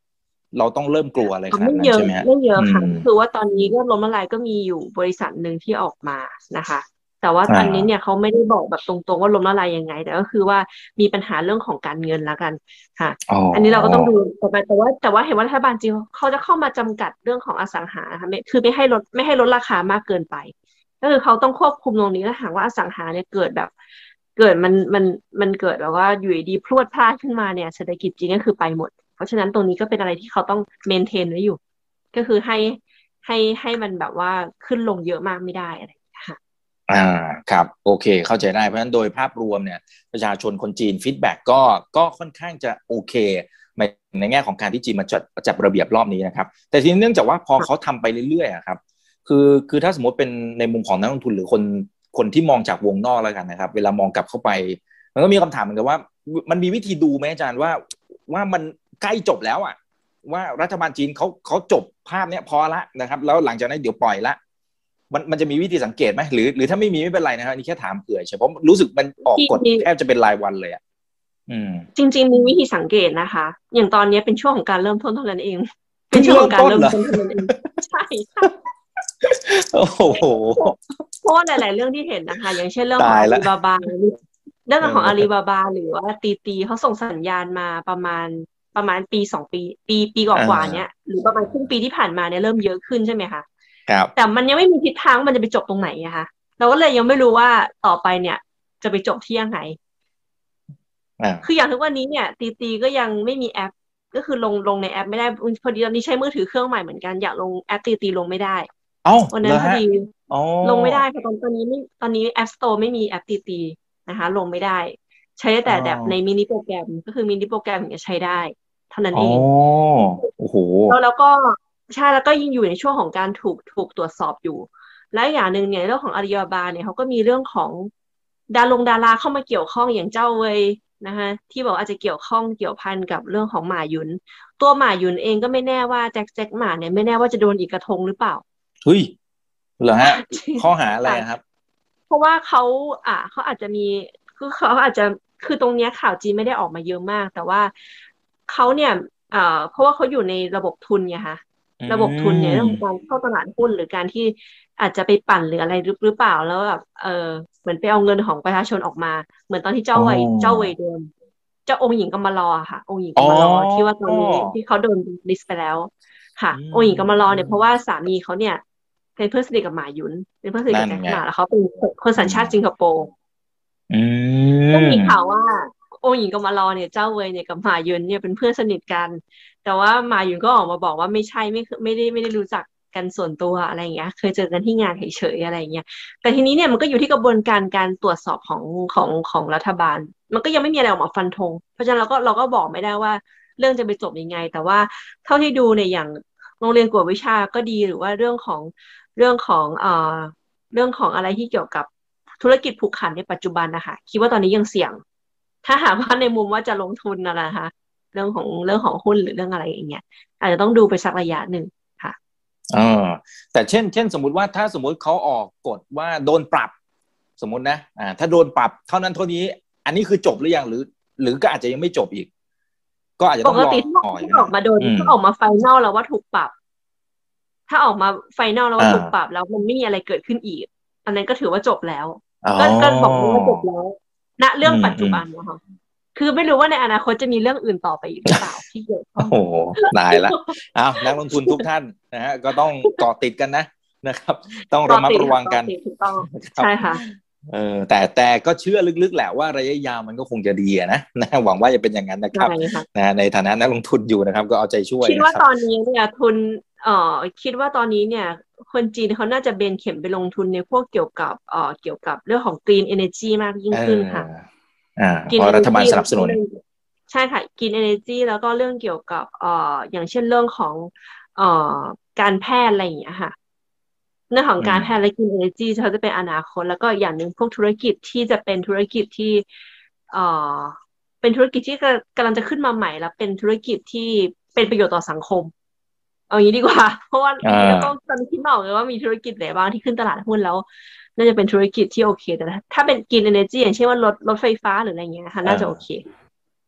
เราต้องเริ่มกลัวอะไรขนาดไม่นั้นเยอะใช่ไหมฮะไม่เยอะค่ะคือว่าตอนนี้ก็ล้มละลายก็มีอยู่บริษัทหนึ่งที่ออกมานะคะแต่ว่าอันนี้เนี่ยเขาไม่ได้บอกแบบตรงๆว่าล้มละลายยังไงแต่ก็คือว่ามีปัญหาเรื่องของการเงินแล้วกันค่ะอ๋ออันนี้เราก็ต้องดูต่อไปแต่ว่าแต่ว่าเห็นว่ารัฐบาลจีนเขาจะเข้ามาจำกัดเรื่องของอสังหาค่ะไม่คือไม่ให้ลดไม่ให้ลดราคามากเกินไปก็คือเขาต้องควบคุมตรงนี้แล้วหากว่าอสังหาเนี่ยเกิดแบบเกิดมันมันมันเกิดแบบว่าอยู่ดีพรวดพลาดขึ้นมาเนี่ยเศรษฐกิจจีนก็คือไปหมดเพราะฉะนั้นตรงนี้ก็เป็นอะไรที่เขาต้องเมนเทนไว้อยู่ก็คือให้ให้ให้มันแบบว่าขึ้นลงเยอะมากไม่ได้อะไรค่ะอ่าครับโอเคเข้าใจได้เพราะฉะนั้นโดยภาพรวมเนี่ยประชาชนคนจีนฟีดแบ็กก็ก็ค่อนข้างจะโอเคในในแง่ของการที่จีนมาจัดจัดระเบียบรอบนี้นะครับแต่ทีนี้เนื่องจากว่าพอเขาทำไปเรื่อยๆครับคือคือถ้าสมมติเป็นในมุมของนักลงทุนหรือคนคนที่มองจากวงนอกแล้วกันนะครับเวลามองกลับเข้าไปมันก็มีคำถามเหมือนกันว่ามันมีวิธีดูไหมอาจารย์ว่าว่ามันใกล้จบแล้วอ่ะว่ารัฐบาลจีนเขาเขาจบภาพเนี้ยพอละนะครับแล้วหลังจากนั้นเดี๋ยวปล่อยละมันมันจะมีวิธีสังเกตไหมหรือหรือถ้าไม่มีไม่เป็นไรนะครับนี่แค่ถามเผื่อเฉพาะรู้สึกมันออกกฎแทบจะเป็นรายวันเลยอ่ะอืมจริงๆมีวิธีสังเกตนะคะอย่างตอนนี้เป็นช่วงของการเริ่มต้นเท่านั้นเองเป็นช่วงของการเริ่มต้นเท่านั้นเองใช่โอ้โหเพราะว่าหลายๆเรื่องที่เห็นนะคะอย่างเช่นเรื่องของอาลีบาบาเรื่องของอาลีบาบาหรือว่าตีตีเขาส่งสัญญาณมาประมาณประมาณปีสองปีปีปีกว่าๆเนี้ยหรือประมาณครึ่งปีที่ผ่านมาเนี่ยเริ่มเยอะขึ้นใช่ไหมคะแต่มันยังไม่มีทิศทางมันจะไปจบตรงไหนอะคะเราก็เลยยังไม่รู้ว่าต่อไปเนี่ยจะไปจบที่ยังไงคืออย่างทุกวันนี้เนี่ยตีตีก็ยังไม่มีแอปก็คือลงลงในแอปไม่ได้พอดีตอนนี้ใช้มือถือเครื่องใหม่เหมือนกันอยากลงแอปตีตีลงไม่ได้วันนั้นพอดีลงไม่ได้เพราะตอนตอนนี้ไม่ตอนนี้ App Store ไม่มีแอปตีตีนะคะลงไม่ได้ใช้แต่แบบในมินิโปรแกรมก็คือมินิโปรแกรมถึงจะใช้ได้เท่านั้นเองโอ้โหแล้วแล้วก็ใช่แล้วก็ยังอยู่ในช่วงของการถูกถูกตรวจสอบอยู่และอย่างหนึ่งเนี่ยเรื่องของอาลีบาบาเนี่ยเขาก็มีเรื่องของดารงดาราเข้ามาเกี่ยวข้องอย่างเจ้าเวยนะคะที่บอกอาจจะเกี่ยวข้องเกี่ยวพันกับเรื่องของหม่าหยุนตัวหม่าหยุนเองก็ไม่แน่ว่าแจ็คแจ็คหม่าเนี่ยไม่แน่ว่าจะโดนอีกกระทงหรือเปล่าเฮ้ยเหรอฮะข้อหาอะไรครับเพราะว่าเขาอ่าเขาอาจจะมีคือเขาอาจจะคือตรงนี้ข่าวจีนไม่ได้ออกมาเยอะมากแต่ว่าเขาเนี่ยเอ่อเพราะว่าเขาอยู่ในระบบทุนไงคะระบบทุนเนี่ยเรื่องการเข้าตลาดหุ้นหรือการที่อาจจะไปปั่นหรืออะไรหรือเปล่าแล้วแบบเออเหมือนไปเอาเงินของประชาชนออกมาเหมือนตอนที่เจ้าเว่ยเจ้าเว่ยเดิมเจ้าองค์หญิงกำมะลอค่ะองค์หญิงกำมะลอที่ว่าตอนนี้ที่เขาโดนลิสต์ไปแล้วค่ะองค์หญิงกำมะลอเนี่ยเพราะว่าสามีเขาเนี่ยเป็นเพื่อนสนิทกับหม่าหยุนเป็นเพื่อนสนิทกับแจ็คหม่าแล้วเขาเป็นคนสัญชาติสิงคโปร์ก็มีข่าวว่าองค์หญิงกำมะลอเนี่ยเจ้าเว่ยเนี่ยกับหม่าหยุนเนี่ยเป็นเพื่อนสนิทกันแต่ว่าหม่าหยุนก็ออกมาบอกว่าไม่ใช่ไม่ไม่ได้ไม่ได้รู้จักกันส่วนตัวอะไรอย่างเงี้ยเคยเจอกันที่งานเฉยๆอะไรอย่างเงี้ยแต่ทีนี้เนี่ยมันก็อยู่ที่กระบวนการการตรวจสอบของของของรัฐบาลมันก็ยังไม่มีอะไรออกมาฟันธงเพราะฉะนั้นเราก็เราก็บอกไม่ได้ว่าเรื่องจะไปจบยังไงแต่ว่าเท่าที่ดูเนี่ยอย่างโรงเรียนกวดวิชาก็ดีหรือว่าเรื่องของเรื่องของเอ่อเรื่องของอะไรที่เกี่ยวกับธุรกิจผูกขาดในปัจจุบันนะคะคิดว่าตอนนี้ยังเสี่ยงถ้าหากว่าในมุมว่าจะลงทุนอะไรนะคะเรื่องของเรื่องของหุ้นหรือเรื่องอะไรอย่างเงี้ยอาจจะต้องดูไปสักระยะหนึ่งค่ะเออแต่เช่นเช่นสมมุติว่าถ้าสมมุติเขาออกกฎว่าโดนปรับสมมุตินะอ่าถ้าโดนปรับเท่านั้นเท่านี้อันนี้คือจบหรือยังหรือหรือก็อาจจะยังไม่จบอีกก็อาจจะต้องรอปกติถ้าออกมาโดนถ้าออกมาไฟนอลแล้วว่าถูกปรับถ้าออกมาไฟนอลแล้วว่าถูกปรับแล้วมันไม่มีอะไรเกิดขึ้นอีกอันนั้นก็ถือว่าจบแล้วก็ก็บอกว่าจบแล้วณเรื่องปัจจุบันนะคะคือไม่รู้ว่าในอนาคตจะมีเรื่องอื่นต่อไปอีกหรือเปล่าที่เกิดขึ้นโอ้โหตายละอ้าวนักลงทุนทุกท่านนะฮะก็ต้องเกาะติดกันนะนะครับต้องระมัดระวังกันถูกต้องใช่ค่ะเออแต่แต่ก็เชื่อลึกๆแหละว่าระยะยาวมันก็คงจะดีนะนะหวังว่าจะเป็นอย่างนั้นนะครับนะในฐานะนักลงทุนอยู่นะครับก็เอาใจช่วยคิดว่าตอนนี้เนี่ยทุนเอ่อคิดว่าตอนนี้เนี่ยคนจีนเขาน่าจะเบนเข็มไปลงทุนในพวกเกี่ยวกับเอ่อเกี่ยวกับเรื่องของ Green Energy มากยิ่งขึ้นค่ะอ่าเพราะรัฐบาลสนับสนุนใช่ค่ะ Green Energy แล้วก็เรื่องเกี่ยวกับเอ่ออย่างเช่นเรื่องของเอ่อการแพทย์อะไรอย่างเงี้ยค่ะเรื่องของการแพทย์และ Green Energy เขาจะเป็นอนาคตแล้วก็อย่างหนึ่งพวกธุรกิจที่จะเป็นธุรกิจที่เอ่อเป็นธุรกิจที่กำลังจะขึ้นมาใหม่แล้วเป็นธุรกิจที่เป็นประโยชน์ต่อสังคมเอาอย่างนี้ดีกว่าเพราะว่าเราก็ตอนนี้คิดไม่ออกเลยว่ามีธุรกิจไหนบ้างที่ขึ้นตลาดหุ้นแล้วน่าจะเป็นธุรกิจที่โอเคแต่ถ้าเป็น Green Energy อย่างเช่นว่ารถรถไฟฟ้าหรืออะไรเงี้ยค่ะน่าจะโอเค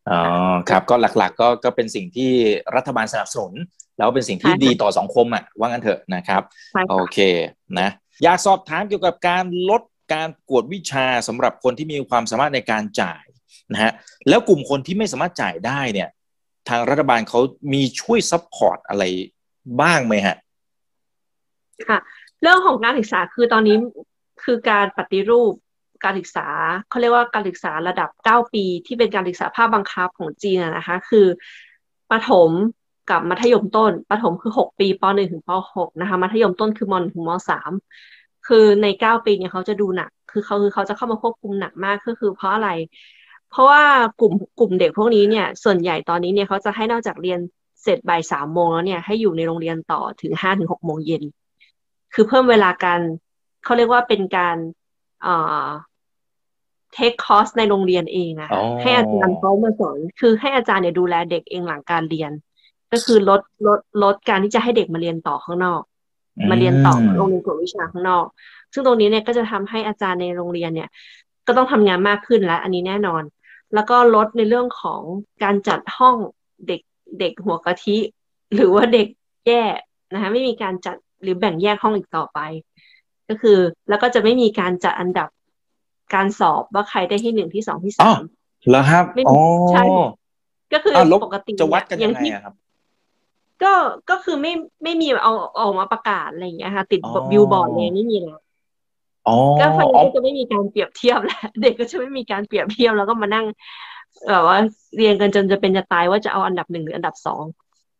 อ๋อครับก็หลักๆก็ก็เป็นสิ่งที่รัฐบาลสนับสนุนแล้วเป็นสิ่งที่ดีต่อสังคมอ่ะว่างั้นเถอะนะครับโอเคนะอยากสอบถามเกี่ยวกับการลดการกวดวิชาสำหรับคนที่มีความสามารถในการจ่ายนะฮะแล้วกลุ่มคนที่ไม่สามารถจ่ายได้เนี่ยทางรัฐบาลเขามีช่วยซัพพอร์ตอะไรบ้างไหมฮะค่ะเรื่องของการศึกษาคือตอนนี้คือการปฏิรูปการศึกษาเขาเรียกว่าการศึกษาระดับเก้าปีที่เป็นการศึกษาภาคบังคับของจีนนะคะคือประถมกับมัธยมต้นประถมคือหกปีป.หนึ่ง ถึงป.หก นะคะมัธยมต้นคือม.หนึ่ง ถึงม.สาม คือในเก้าปีเนี่ยเขาจะดูหนักคือเขาคือเขาจะเข้ามาควบคุมหนักมากก็คือเพราะอะไรเพราะว่ากลุ่มกลุ่มเด็กพวกนี้เนี่ยส่วนใหญ่ตอนนี้เนี่ยเขาจะให้นอกจากเรียนเสร็จบ่ายสามโมงแล้วเนี่ยให้อยู่ในโรงเรียนต่อถึงห้าถึงหกโมงเย็นคือเพิ่มเวลาการเขาเรียกว่าเป็นการเอ่อเทคคอร์สในโรงเรียนเองอะให้อาจารย์เขามาสอนคือให้อาจารย์เนี่ยดูแลเด็กเองหลังการเรียนก็คือลดลดลดการที่จะให้เด็กมาเรียนต่อข้างนอกมาเรียนต่อโรงเรียนกวดวิชาข้างนอกซึ่งตรงนี้เนี่ยก็จะทำให้อาจารย์ในโรงเรียนเนี่ยก็ต้องทำงานมากขึ้นและอันนี้แน่นอนแล้วก็ลดในเรื่องของการจัดห้องเด็กเด็กหัวกะทิหรือว่าเด็กแย่นะคะไม่มีการจัดหรือแบ่งแยกห้องอีกต่อไปก็คือแล้วก็จะไม่มีการจัดอันดับการสอบว่าใครได้ที่หนึ่งที่สองที่สามแล้วครับอ๋อใช่ก็คือปกติจะวัดกันยังไงครับก็ก็คือไม่ไม่มีเอาออกมาประกาศอะไรอย่างเงี้ยค่ะติดบิลบอร์ดเลยไม่มีแล้วก็ฟังก็จะไม่มีการเปรียบเทียบแล้วเด็กก็จะไม่มีการเปรียบเทียบแล้วก็มานั่งแบบว่าเรียนกันจนจะเป็นจะตายว่าจะเอาอันดับหนึ่งหรืออันดับสอง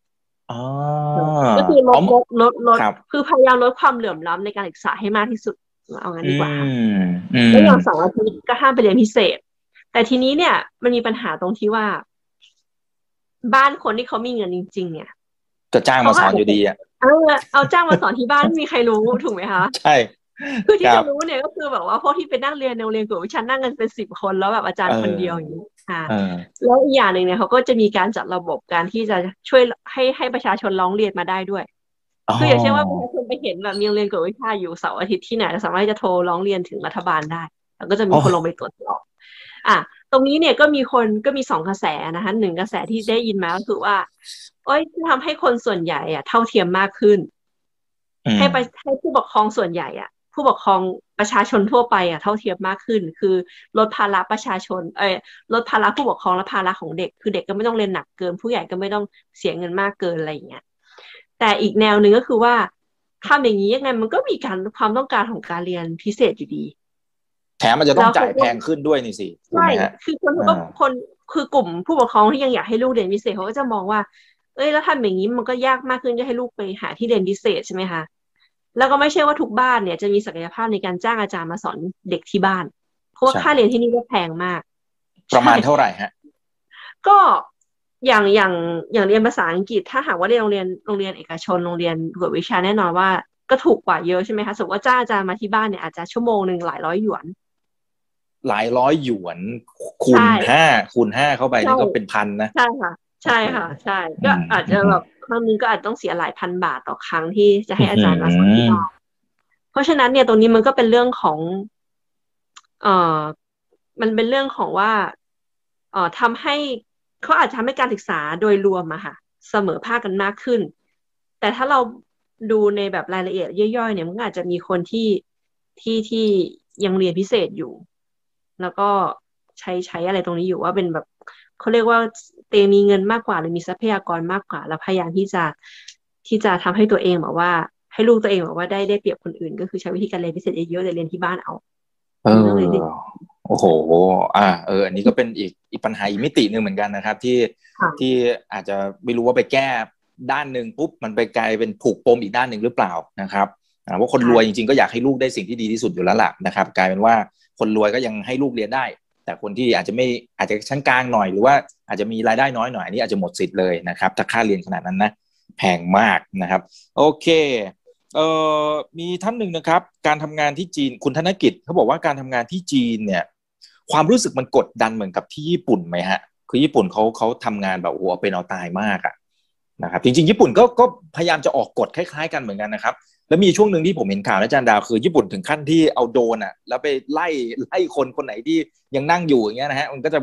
ก็คือลดลดลดลดคือพยายามลดความเหลื่อมล้ำในการศึกษาให้มากที่สุดเอางั้นดีกว่าแล้วอย่างสองอาทิตย์ก็ห้ามไปเรียนพิเศษแต่ทีนี้เนี่ยมันมีปัญหาตรงที่ว่าบ้านคนที่เขามีเงินจริงๆเนี่ยก็จ้างมาสอนอยู่ดีอ่ะเออเอาจ้างมาสอนที่บ้านไม่มีใครรู้ถูกไหมคะใช่คือที่จะรู้เนี่ยก็คือแบบว่าพวกที่ไปนั่งเรียนในโรงเรียนกวดวิชานั่งกันเป็นสิบคนแล้วแบบอาจารย์คนเดียวอย่างนี้ค่ะแล้วอีกอย่างหนึ่งเนี่ยเขาก็จะมีการจัดระบบการที่จะช่วยให้ให้ประชาชนร้องเรียนมาได้ด้วยคืออย่างเช่นว่าประชาชนไปเห็นแบบมีโรงเรียนกวดวิชาอยู่เสาร์อาทิตย์ที่ไหนสามารถจะโทรร้องเรียนถึงรัฐบาลได้แล้วก็จะมีคนลงไปตรวจสอบอ่ะตรงนี้เนี่ยก็มีคนก็มีสองกระแสนะคะหนึ่งกระแสที่ได้ยินมาก็คือว่าโอ๊ยทำให้คนส่วนใหญ่อ่ะเท่าเทียมมากขึ้นให้ไปให้ผู้ปกครองส่วนใหญ่อ่ะผู้ปกครองประชาชนทั่วไปอ่ะเท่าเทียมมากขึ้นคือลดภาระประชาชนเอ้ยลดภาระผู้ปกครองและภาระของเด็กคือเด็กก็ไม่ต้องเรียนหนักเกินผู้ใหญ่ก็ไม่ต้องเสียเงินมากเกินอะไรอย่างเงี้ยแต่อีกแนวหนึ่งก็คือว่าทำอย่างนี้ยังไงมันก็มีการความต้องการของการเรียนพิเศษอยู่ดีแถมมันจะต้องจ่ายแพงขึ้นด้วยนี่สิใช่คือคนก็คนคือกลุ่มผู้ปกครองที่ยังอยากให้ลูกเรียนพิเศษเขาก็จะมองว่าเอ้ยแล้วทำอย่างนี้มันก็ยากมากขึ้นจะให้ลูกไปหาที่เรียนพิเศษใช่ไหมคะแล้วก็ไม่ใช่ว่าทุกบ้านเนี่ยจะมีศักยภาพในการจ้างอาจารย์มาสอนเด็กที่บ้านเพราะว่าค่าเรียนที่นี่ก็แพงมากประมาณเท่าไหร่ฮะก็อย่างอย่างอย่างเรียนภาษาอังกฤษถ้าหากว่าเรียนโรงเรียนโรงเรียนเอกชนโรงเรียนกวดวิชาแน่นอนว่าก็ถูกกว่าเยอะใช่ไหมคะสมมติว่าจ้างอาจารย์มาที่บ้านเนี่ยอาจจะชั่วโมงนึงหลายร้อยหยวนหลายร้อยหยวนคูณห้าคูณห้าเข้าไปนี่ก็เป็นพันนะใช่ค่ะใช่ค่ะใช่ก็อาจจะแบบครั้งนึงก็อาจต้องเสียหลายพันบาทต่อครั้งที่จะให้อาจารย์มาสอนที่บ้านเพราะฉะนั้นเนี่ยตรงนี้มันก็เป็นเรื่องของเอ่อมันเป็นเรื่องของว่าเอ่อทำให้เขาอาจจะทำให้การศึกษาโดยรวมอะค่ะเสมอภาคกันมากขึ้นแต่ถ้าเราดูในแบบรายละเอียดย่อยๆเนี่ยมันอาจจะมีคนที่ที่ที่ยังเรียนพิเศษอยู่แล้วก็ใช้ใช้อะไรตรงนี้อยู่ว่าเป็นแบบเขาเรียกว่าเตมีเงินมากกว่าหรือมีทรัพยากรมากกว่าแล้วพยายามที่จะที่จะทำให้ตัวเองแบบว่าให้ลูกตัวเองแบบว่าได้ได้เปรียบคนอื่นก็คือใช้วิธีการเรียนพิเศษเยอะๆแต่เรียนที่บ้านเอาเออโอ้โหอ่าเอออันนี้ก็เป็นอีกอีกปัญหาอีกมิตินึงเหมือนกันนะครับที่ที่อาจจะไม่รู้ว่าไปแก้ด้านนึงปุ๊บมันไปกลายเป็นผูกปมอีกด้านนึงหรือเปล่านะครับอ่าว่าคนรวยจริงๆก็อยากให้ลูกได้สิ่งที่ดีที่สุดอยู่แล้วล่ะนะครับกลายเป็นว่าคนรวยก็ยังให้ลูกเรียนได้แต่คนที่อาจจะไม่อาจจะชั้นกลางหน่อยหรือว่าอาจจะมีรายได้น้อยหน่อยอันนี้อาจจะหมดสิทธิ์เลยนะครับถ้าค่าเรียนขนาดนั้นนะแพงมากนะครับโอเคเอ่อมีท่านหนึ่งนะครับการทำงานที่จีนคุณธนกิจเขาบอกว่าการทำงานที่จีนเนี่ยความรู้สึกมันกดดันเหมือนกับที่ญี่ปุ่นไหมฮะคือญี่ปุ่นเขาเขาทำงานแบบโอ้โหเป็นเอาตายมากอะนะครับจริงๆญี่ปุ่นก็ก็พยายามจะออกกฎคล้ายๆกันเหมือนกันนะครับแล้วมีช่วงหนึ่งที่ผมเห็นข่าวนะอาจารย์ดาวคือญี่ปุ่นถึงขั้นที่เอาโดรนอ่ะแล้วไปไล่ไล่คนคนไหนที่ยังนั่งอยู่อย่างเงี้ยนะฮะมันก็จะแบบ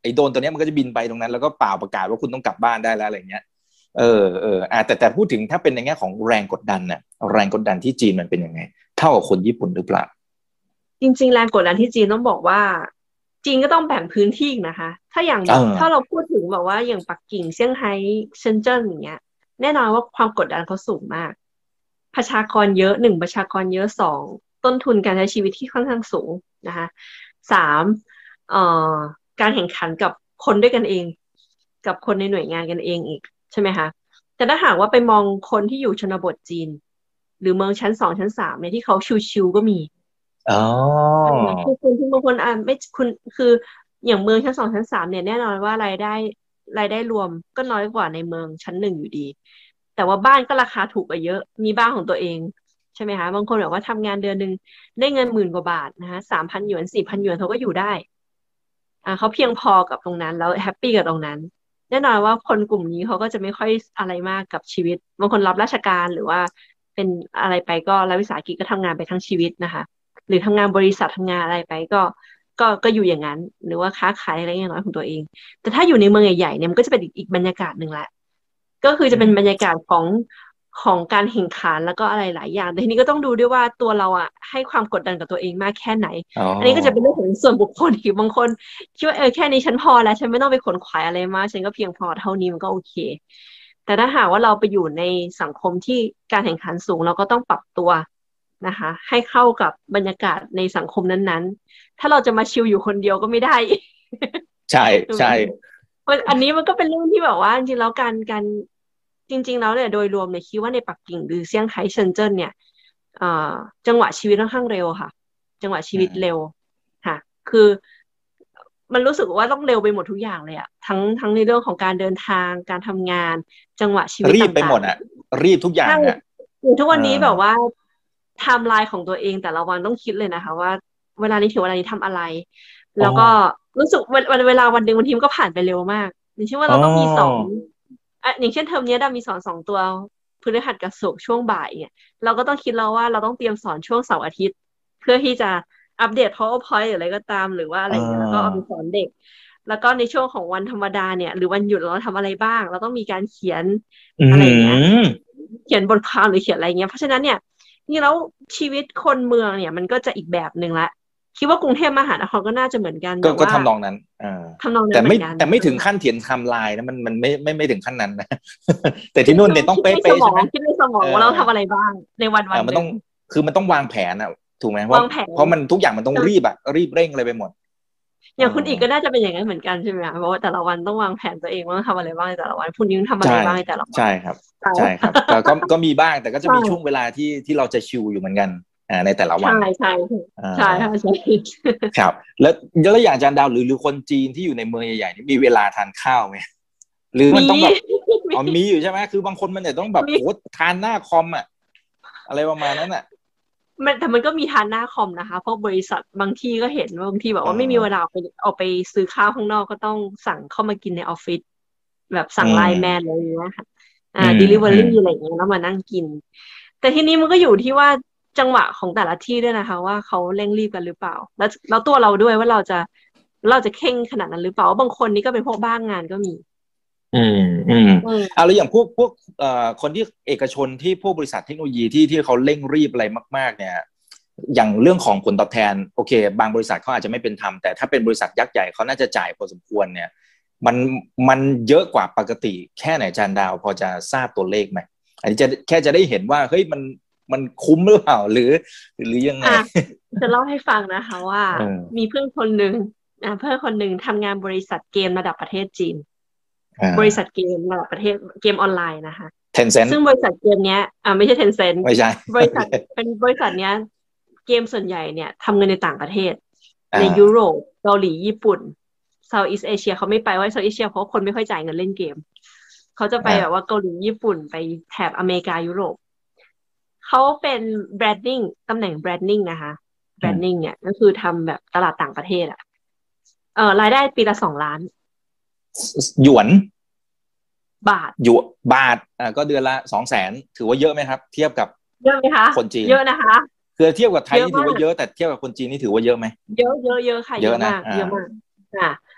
ไอ้โดรนตัวนี้มันก็จะบินไปตรงนั้นแล้วก็เป่าประกาศว่าคุณต้องกลับบ้านได้แล้วอะไรเงี้ยเออเอออ่าแต่แต่พูดถึงถ้าเป็นในแง่ของแรงกดดันน่ะแรงกดดันที่จีนมันเป็นยังไงเท่ากับคนญี่ปุ่นหรือเปล่าจริงๆแรงกดดันที่จีนต้องบอกว่าจีนก็ต้องแบ่งพื้นที่นะคะถ้าอย่างถ้าเราพูดถึงแบบว่าอย่างปักกิ่งเซี่ยงไฮ้เซินเจิ้นอย่างเงี้ยแน่นอนว่าความกดดันเขาสูงมากประชากรเยอะหนึ่งประชากรเยอะสองต้นทุนการใช้ชีวิตที่ค่อนข้างสูงนะคะสามเอ่อการแข่งขันกับคนด้วยกันเองกับคนในหน่วยงานกันเองอีกใช่ไหมคะแต่ถ้าหากว่าไปมองคนที่อยู่ชนบทจีนหรือเมืองชั้นสองชั้นสามเนี่ยที่เขาชิวๆก็มีอ๋อคือคุณที่บางคนอ่ะไม่คุณคืออย่างเมืองชั้นสองชั้นสามเนี่ยแน่นอนว่ารายได้รายได้รวมก็น้อยกว่าในเมืองชั้นหนึ่งอยู่ดีแต่ว่าบ้านก็ราคาถูกกว่าเยอะมีบ้านของตัวเองใช่ไหมคะบางคนบอกว่าทำงานเดือนหนึ่งได้เงินหมื่นกว่าบาทนะคะสามพันหยวนสี่พันหยวนเขาก็อยู่ได้อ่าเขาเพียงพอกับตรงนั้นแล้วแฮปปี้กับตรงนั้นแน่นอนว่าคนกลุ่มนี้เขาก็จะไม่ค่อยอะไรมากกับชีวิตบางคนรับราชการหรือว่าเป็นอะไรไปก็รัฐวิสาหกิจก็ทำงานไปทั้งชีวิตนะคะหรือทำงานบริษัททำงานอะไรไปก็ก็ก็อยู่อย่างนั้นหรือว่าค้าขายอะไรอย่างน้อยของตัวเองแต่ถ้าอยู่ในเมืองใหญ่ๆเนี่ยมันก็จะเป็นอีกอีกบรรยากาศหนึ่งแหละก็คือจะเป็นบรรยากาศของของการแข่งขันแล้วก็อะไรหลายอย่างแต่ทีนี้ก็ต้องดูด้วยว่าตัวเราอ่ะให้ความกดดันกับตัวเองมากแค่ไหนอ๋ออันนี้ก็จะเป็นเรื่องของส่วนบุคคลอีกบางคนคิดว่าเออแค่นี้ฉันพอแล้วฉันไม่ต้องไปขนขวายอะไรมากฉันก็เพียงพอเท่านี้มันก็โอเคแต่ถ้าหากว่าเราไปอยู่ในสังคมที่การแข่งขันสูงเราก็ต้องปรับตัวนะคะให้เข้ากับบรรยากาศในสังคมนั้นๆถ้าเราจะมาชิลอยู่คนเดียวก็ไม่ได้ใช่ใช่อันนี้มันก็เป็นเรื่องที่แบบว่าจริงๆแล้วการการจริงๆแล้วเนี่ยโดยรวมเนี่ยคิดว่าในปักกิ่งหรือเซี่ยงไฮ้เซินเจิ้นเนี่ยจังหวะชีวิตค่อนข้างเร็วค่ะจังหวะชีวิตเร็วค่ะคือมันรู้สึกว่าต้องเร็วไปหมดทุกอย่างเลยอะทั้งทั้งในเรื่องของการเดินทางการทำงานจังหวะชีวิตต่างๆรีบไปหมดอะรีบทุกอย่างอะทุกวันนี้แบบว่าไทม์ไลน์ของตัวเองแต่ละวันต้องคิดเลยนะคะว่าเวลานี้ถึงเวลานี้ทำอะไรแล้วก็รู้สึกวันเวลาวันหนึ่งวันทีมก็ผ่านไปเร็วมากอย่างเช่นว่าเราต้องมีสอนอ่ะอย่างเช่นเทอมนี้ดามีสอนสองตัวพฤหัสกับศุกร์ช่วงบ่ายเนี่ยเราก็ต้องคิดแล้วว่าเราต้องเตรียมสอนช่วงเสาร์อาทิตย์เพื่อที่จะอัปเดต PowerPoint หรืออะไรก็ตามหรือว่าอะไรอย่างเงี้ยแล้วก็เอาไปสอนเด็กแล้วก็ในช่วงของวันธรรมดาเนี่ยหรือวันหยุดเราทำอะไรบ้างเราต้องมีการเขียนอะไรอย่างเงี้ยเขียนบทความหรือเขียนอะไรเงี้ยเพราะฉะนั้นเนี่ยนี่แล้วชีวิตคนเมืองเนี่ยมันก็จะอีกแบบนึงละคิดว่ากรุงเทพมหานครก็น่าจะเหมือนกันก็ทำนองนั้นทำนองนั้นแต่ไม่แต่ไม่ถึงขั้นเขียนไทม์ไลน์นะมันมันไม่ไม่ไม่ถึงขั้นนั้นนะแต่ที่นู่นเนี่ยต้องเป๊ะๆใช่ไหมคิดในสมองว่าเราทำอะไรบ้างในวันวันมันต้องคือมันต้องวางแผนอ่ะถูกไหมเพราะเพราะมันทุกอย่างมันต้องรีบอ่ะรีบเร่งอะไรไปหมดอย่างคุณอีกก็น่าจะเป็นอย่างนั้นเหมือนกันใช่ไหมคะเพราะว่าแต่ละวันต้องวางแผนตัวเองว่าทำอะไรบ้างในแต่ละวันพรุ่งนี้ทำอะไรบ้างในแต่ละวันใช่ครับใช่ครับก็ก็มีบ้างแต่ก็จะมีช่วงเวลาที่ที่เราจะชิลอยู่เหมือนกันในแต่ละวันใช่ใช่ใช่ค่ะใช่ครับแล้วแล้วอย่างอาจารย์ดาวหรือหรือคนจีนที่อยู่ในเมืองใหญ่ๆนี่มีเวลาทานข้าวไหมหรือมันต้องแบบอ๋อมีอยู่ใช่ไหมคือบางคนมันเนี่ยต้องแบบโอ้ทานหน้าคอมอ่ะอะไรประมาณนั้นอ่ะมันแต่มันก็มีทานหน้าคอมนะคะเพราะบริษัทบางที่ก็เห็นว่าบางที่แบบว่าไม่มีเวลาไปเอาไปซื้อข้าวข้างนอกก็ต้องสั่งเข้ามากินในออฟฟิศแบบสั่งไลน์แมนอะไรอย่างเงี้ยค่ะอ่า delivery อะไรอย่างเงี้ยแล้วมานั่งกินแต่ทีนี้มันก็อยู่ที่ว่าจังหวะของแต่ละที่ด้วยนะคะว่าเขาเร่งรีบกันหรือเปล่าแล้วแล้วตัวเราด้วยว่าเราจะเราจะเข่งขนาดนั้นหรือเปล่าบางคนนี่ก็เป็นพวกบ้างงานก็มีอืมอืมเอาแล้วอย่างพวกพวกเอ่อคนที่เอกชนที่พวกบริษัทเทคโนโลยีที่ที่เขาเร่งรีบอะไรมากๆเนี่ยอย่างเรื่องของผลตอบแทนโอเคบางบริษัทเขาอาจจะไม่เป็นธรรมแต่ถ้าเป็นบริษัทยักษ์ใหญ่เขาน่าจะจ่ายพอสมควรเนี่ยมันมันเยอะกว่าปกติแค่ไหนอาจารย์ดาวพอจะทราบตัวเลขไหมอันนี้จะแค่จะได้เห็นว่าเฮ้ยมันมันคุ้มหรือเปล่าหรือหรือยังไงจะเล่าให้ฟังนะคะว่ามีเพื่อนคนหนึ่งเพื่อนคนหนึ่งทำงานบริษัทเกมระดับประเทศจีนบริษัทเกมระดับประเทศเกมออนไลน์นะคะ Tencent ซึ่งบริษัทเกมเนี้ยอ่าไม่ใช่ Tencent ไม่ใช่บริษัทเป็นบริษัทเนี้ยเกมส่วนใหญ่เนี่ยทำเงินในต่างประเทศในยุโรปเกาหลีญี่ปุ่น Southeast Asia เขาไม่ไปว่า Southeast Asia เพราะคนไม่ค่อยจ่ายเงินเล่นเกมเขาจะไปแบบว่าเกาหลีญี่ปุ่นไปแถบอเมริกายุโรปเขาเป็น branding ตำแหน่ง branding นะคะ branding เนี่ยก็คือทำแบบตลาดต่างประเทศอะเอ่อรายได้ปีละสองล้านหยวนบาทหยวนบาทอ่าก็เดือนละสองแสนถือว่าเยอะไหมครับเทียบกับเยอะไหมคะคนจีนเยอะนะคะคือเทียบกับไทยนี่ถือว่าเยอะแต่เทียบกับคนจีนนี่ถือว่าเยอะไหมเยอะเยอะเยอะค่ะเยอะมากเยอะมากอ่า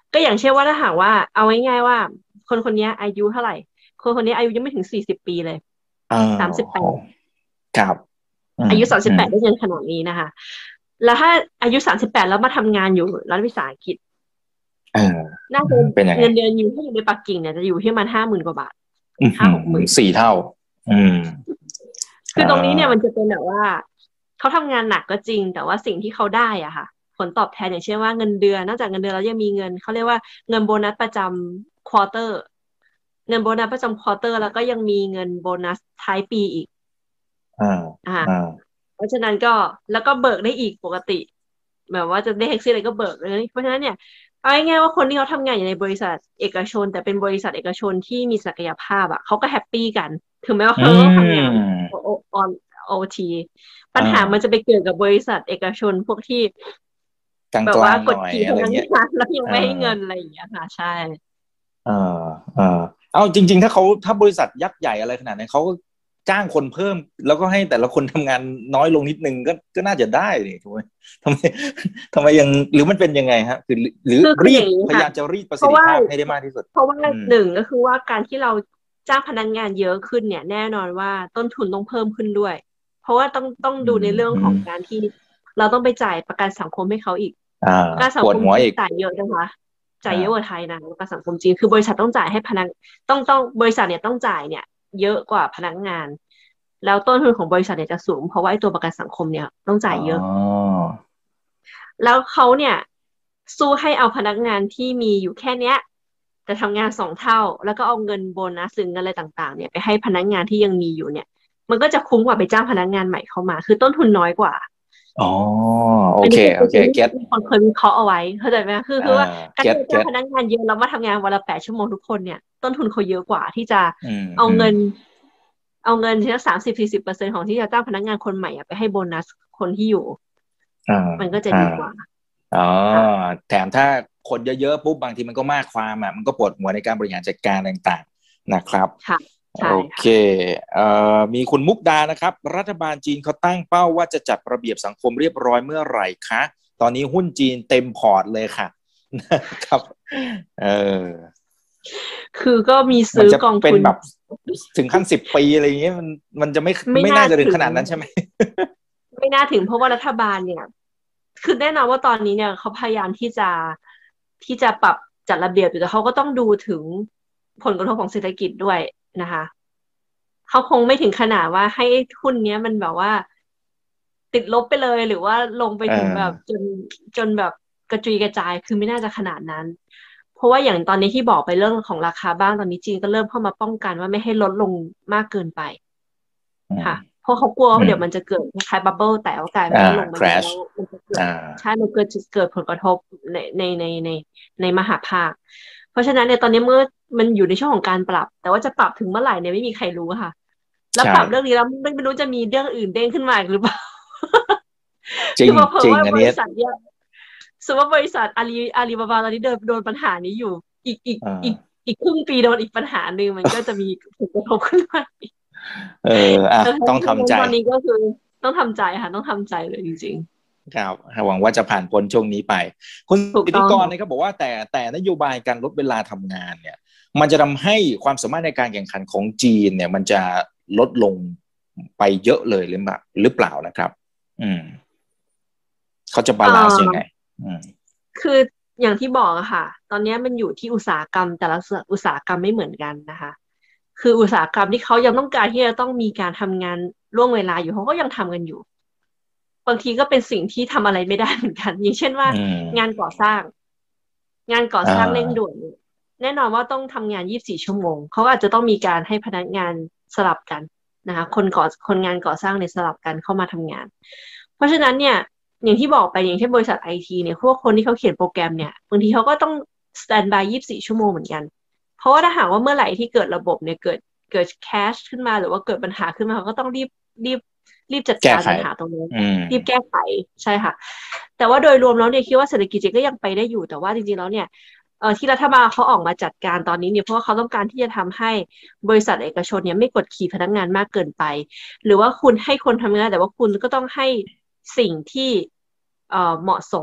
ก็อย่างเช่นว่าถ้าหากว่าเอาง่ายๆว่าคนคนนี้อายุเท่าไหร่คนคนนี้อายุยังไม่ถึงสี่สิบปีเลยสามสิบแปดครับอายุสามสิบแปดได้เงินขนาดนี้นะคะแล้วถ้าอายุสามสิบแปดแล้วมาทำงานอยู่รัฐวิสาหกิจเออน่าจะเงินเดือนอยู่ที่อยู่ในปักกิ่งเนี่ยจะอยู่ที่ประมาณห้าหมื่นกว่าบาทห้าหกหมื่นสี่เท่าอืมคือตรงนี้เนี่ยมันจะเป็นแบบว่าเขาทำงานหนักก็จริงแต่ว่าสิ่งที่เขาได้อ่ะค่ะผลตอบแทนอย่างเช่นว่าเงินเดือนนอกจากเงินเดือนแล้วยังมีเงินเขาเรียกว่าเงินโบนัสประจำควอเตอร์เงินโบนัสประจำควอเตอร์แล้วก็ยังมีเงินโบนัสท้ายปีอีกอ่าอ่าเพราะฉะนั้นก็แล้วก็เบิกได้อีกปกติแบบว่าจะได้แท็กซี่อะไรก็เบิกเลยเพราะฉะนั้นเนี่ยเอาง่ายๆว่าคนที่เขาทำงานอยู่ในบริษัทเอกชนแต่เป็นบริษัทเอกชนที่มีศักยภาพอ่ะเขาก็แฮปปี้กันถึงแม้ว่าเขาต้องทำงานออนโอทีปัญหามันจะไปเกิดกับบริษัทเอกชนพวกที่แบบว่ากดขี่พนักงานแล้วยังไม่ให้เงินอะไรอย่างเงี้ยค่ะใช่เออเออเอาจริงๆถ้าเขาถ้าบริษัทยักษ์ใหญ่อะไรขนาดนี้เขาก็จ้างคนเพิ่มแล้วก็ให้แต่ละคนทำงานน้อยลงนิดนึงก็ก็น่าจะได้นี่ถูกไหมทำไมทำไมยังหรือมันเป็นยังไงฮะคือหรือรีดพยายามจะรีดประสิทธิภาพให้ได้มากที่สุดเพราะว่าหนึ่งก็คือว่าการที่เราจ้างพนักงานเยอะขึ้นเนี่ยแน่นอนว่าต้นทุนต้องเพิ่มขึ้นด้วยเพราะว่าต้องต้องดูในเรื่องของการที่เราต้องไปจ่ายประกันสังคมให้เขาอีกประกันสังคมจ่ายเยอะนะคะจ่ายเยอะกว่าไทยนะประกันสังคมจีนคือบริษัทต้องจ่ายให้พนักต้องต้องบริษัทเนี่ยต้องจ่ายเนี่ยเยอะกว่าพนักงานแล้วต้นทุนของบริษัทเนี่ยจะสูงเพราะว่าไอ้ตัวประกันสังคมเนี่ยต้องจ่ายเยอะแล้วเขาเนี่ยสู้ให้เอาพนักงานที่มีอยู่แค่เนี้ยแต่ทำงานสองเท่าแล้วก็เอาเงินโบนัสหรือเงินอะไรต่างๆเนี่ยไปให้พนักงานที่ยังมีอยู่เนี่ยมันก็จะคุ้มกว่าไปจ้างพนักงานใหม่เข้ามาคือต้นทุนน้อยกว่าอ๋อโอเคโอเคเก็ตคนเคยวิเคราะห์เอาไว้เข้าใจไหมคือคือว่าการที่จ้างพนักงานเยอะแล้วมาทำงานวันละแปดชั่วโมงทุกคนเนี่ยต้นทุนเขาเยอะกว่าที่จะเอาเงินเอาเงินที่สามสิบสี่สิบเปอร์เซ็นต์ของที่จะจ้างพนักงานคนใหม่ไปให้โบนัสคนที่อยู่มันก็จะดีกว่าอ๋อแถมถ้าคนเยอะๆปุ๊บบางทีมันก็มากความอ่ะมันก็ปวดหัวในการบริหารจัดการต่างๆนะครับค่ะโอเคเอ่อมีคุณมุกดานะครับรัฐบาลจีนเขาตั้งเป้าว่าจะจัดระเบียบสังคมเรียบร้อยเมื่อไหร่คะตอนนี้หุ้นจีนเต็มพอร์ตเลยค่ะนะครับเออคือก็มีซื้อกองทุนเป็นแบบถึงขั้นสิบปีอะไรอย่างเงี้ยมันมันจะไม่ไม่น่าจะถึงขนาดนั้นใช่ไหมไม่น่าถึงเพราะว่ารัฐบาลเนี่ยคือแน่นอนว่าตอนนี้เนี่ยเขาพยายามที่จะที่จะปรับจัดระเบียบอยู่แต่เขาก็ต้องดูถึงผลกระทบของเศรษฐกิจด้วยนะคะเขาคงไม่ถึงขนาดว่าให้หุ้นเนี้ยมันแบบว่าติดลบไปเลยหรือว่าลงไปถึงแบบจนจนแบบกระจุยกระจายคือไม่น่าจะขนาดนั้นเพราะว่าอย่างตอนนี้ที่บอกไปเรื่องของราคาบ้างตอนนี้จีนก็เริ่มเข้ามาป้องกันว่าไม่ให้ลดลงมากเกินไปค่ะเพราะเขากลัวว่าเดี๋ยวมันจะเกิดคล้ายบับเบิ้ลแต่ว่ากลายเป็นลงมาแล้วมันจะเกิดใช่มันเกิดเกิดผลกระทบในในในในในมหาภาคเพราะฉะนั้นในตอนนี้เมื่อมันอยู่ในช่วงของการปรับแต่ว่าจะปรับถึงเมื่อไหร่เนี่ยไม่มีใครรู้ค่ะแล้วปรับเรื่องนี้แล้วไม่ไม่รู้จะมีเรื่องอื่นเด้งขึ้นมาหรือเปล่าจริงจริงอันนี้สมมติว่าบริษัทอาลีอาลีบาบาตอนนี้เดินโดนปัญหานี้อยู่อีกอีกอีกอีกครึ่งปีโดนอีกปัญหาหนึ่งมันก็จะมีผลกระทบขึ้นมาเอออ่ะต้องทำใจตอนนี้ก็คือต้องทำใจค่ะต้องทำใจเลยจริงๆครับหวังว่าจะผ่านพ้นช่วงนี้ไปคุณพิธีกรนะครับบอกว่าแต่แต่นโยบายการลดเวลาทำงานเนี่ยมันจะทำให้ความสามารถในการแข่งขันของจีนเนี่ยมันจะลดลงไปเยอะเลยหรือเปล่าหรือเปล่านะครับอืมเขาจะบาลานซ์ยังไงอืมคืออย่างที่บอกอะค่ะตอนนี้มันอยู่ที่อุตสาหกรรมแต่ละอุตสาหกรรมไม่เหมือนกันนะคะคืออุตสาหกรรมที่เขายังต้องการที่จะต้องมีการทำงานล่วงเวลาอยู่เขาก็ยังทำกันอยู่บางทีก็เป็นสิ่งที่ทำอะไรไม่ได้เหมือนกันอย่างเช่นว่างานก่อสร้างงานก่อสร้างเร่งด่วนแน่นอนว่าต้องทำงานยี่สิบสี่ชั่วโมงเขาอาจจะต้องมีการให้พนักงานสลับกันนะคะคนก่อคนงานก่อสร้างเนี่ยสลับกันเข้ามาทำงานเพราะฉะนั้นเนี่ยอย่างที่บอกไปอย่างเช่นบริษัทไอทีเนี่ยพวกคนที่เขาเขียนโปรแกรมเนี่ยบางทีเขาก็ต้องสแตนด์บายยี่สิบสี่ชั่วโมงเหมือนกันเพราะว่าถ้าหากว่าเมื่อไหร่ที่เกิดระบบเนี่ยเกิดเกิดแคชขึ้นมาหรือว่าเกิดปัญหาขึ้นมาเขาก็ต้องรีบรีบรีบจัดการปัญหาตรงนี้รีบแก้ไขใช่ค่ะแต่ว่าโดยรวมแล้วเนี่ยคิดว่าเศรษฐกิจก็ยังไปได้อยู่แต่ว่าจริงๆแล้วเนี่ยเอ่อที่รัฐบาลเขาออกมาจัดการตอนนี้เนี่ยเพราะว่าเขาต้องการที่จะทำให้บริษัทเอกชนเนี่ยไม่กดขี่พนักงานมากเกินไปหรือว่าคุณให้คนทำงานแต่ว่าคุณก็ต้องให้สิ่งที่เอ่อเหมาะสม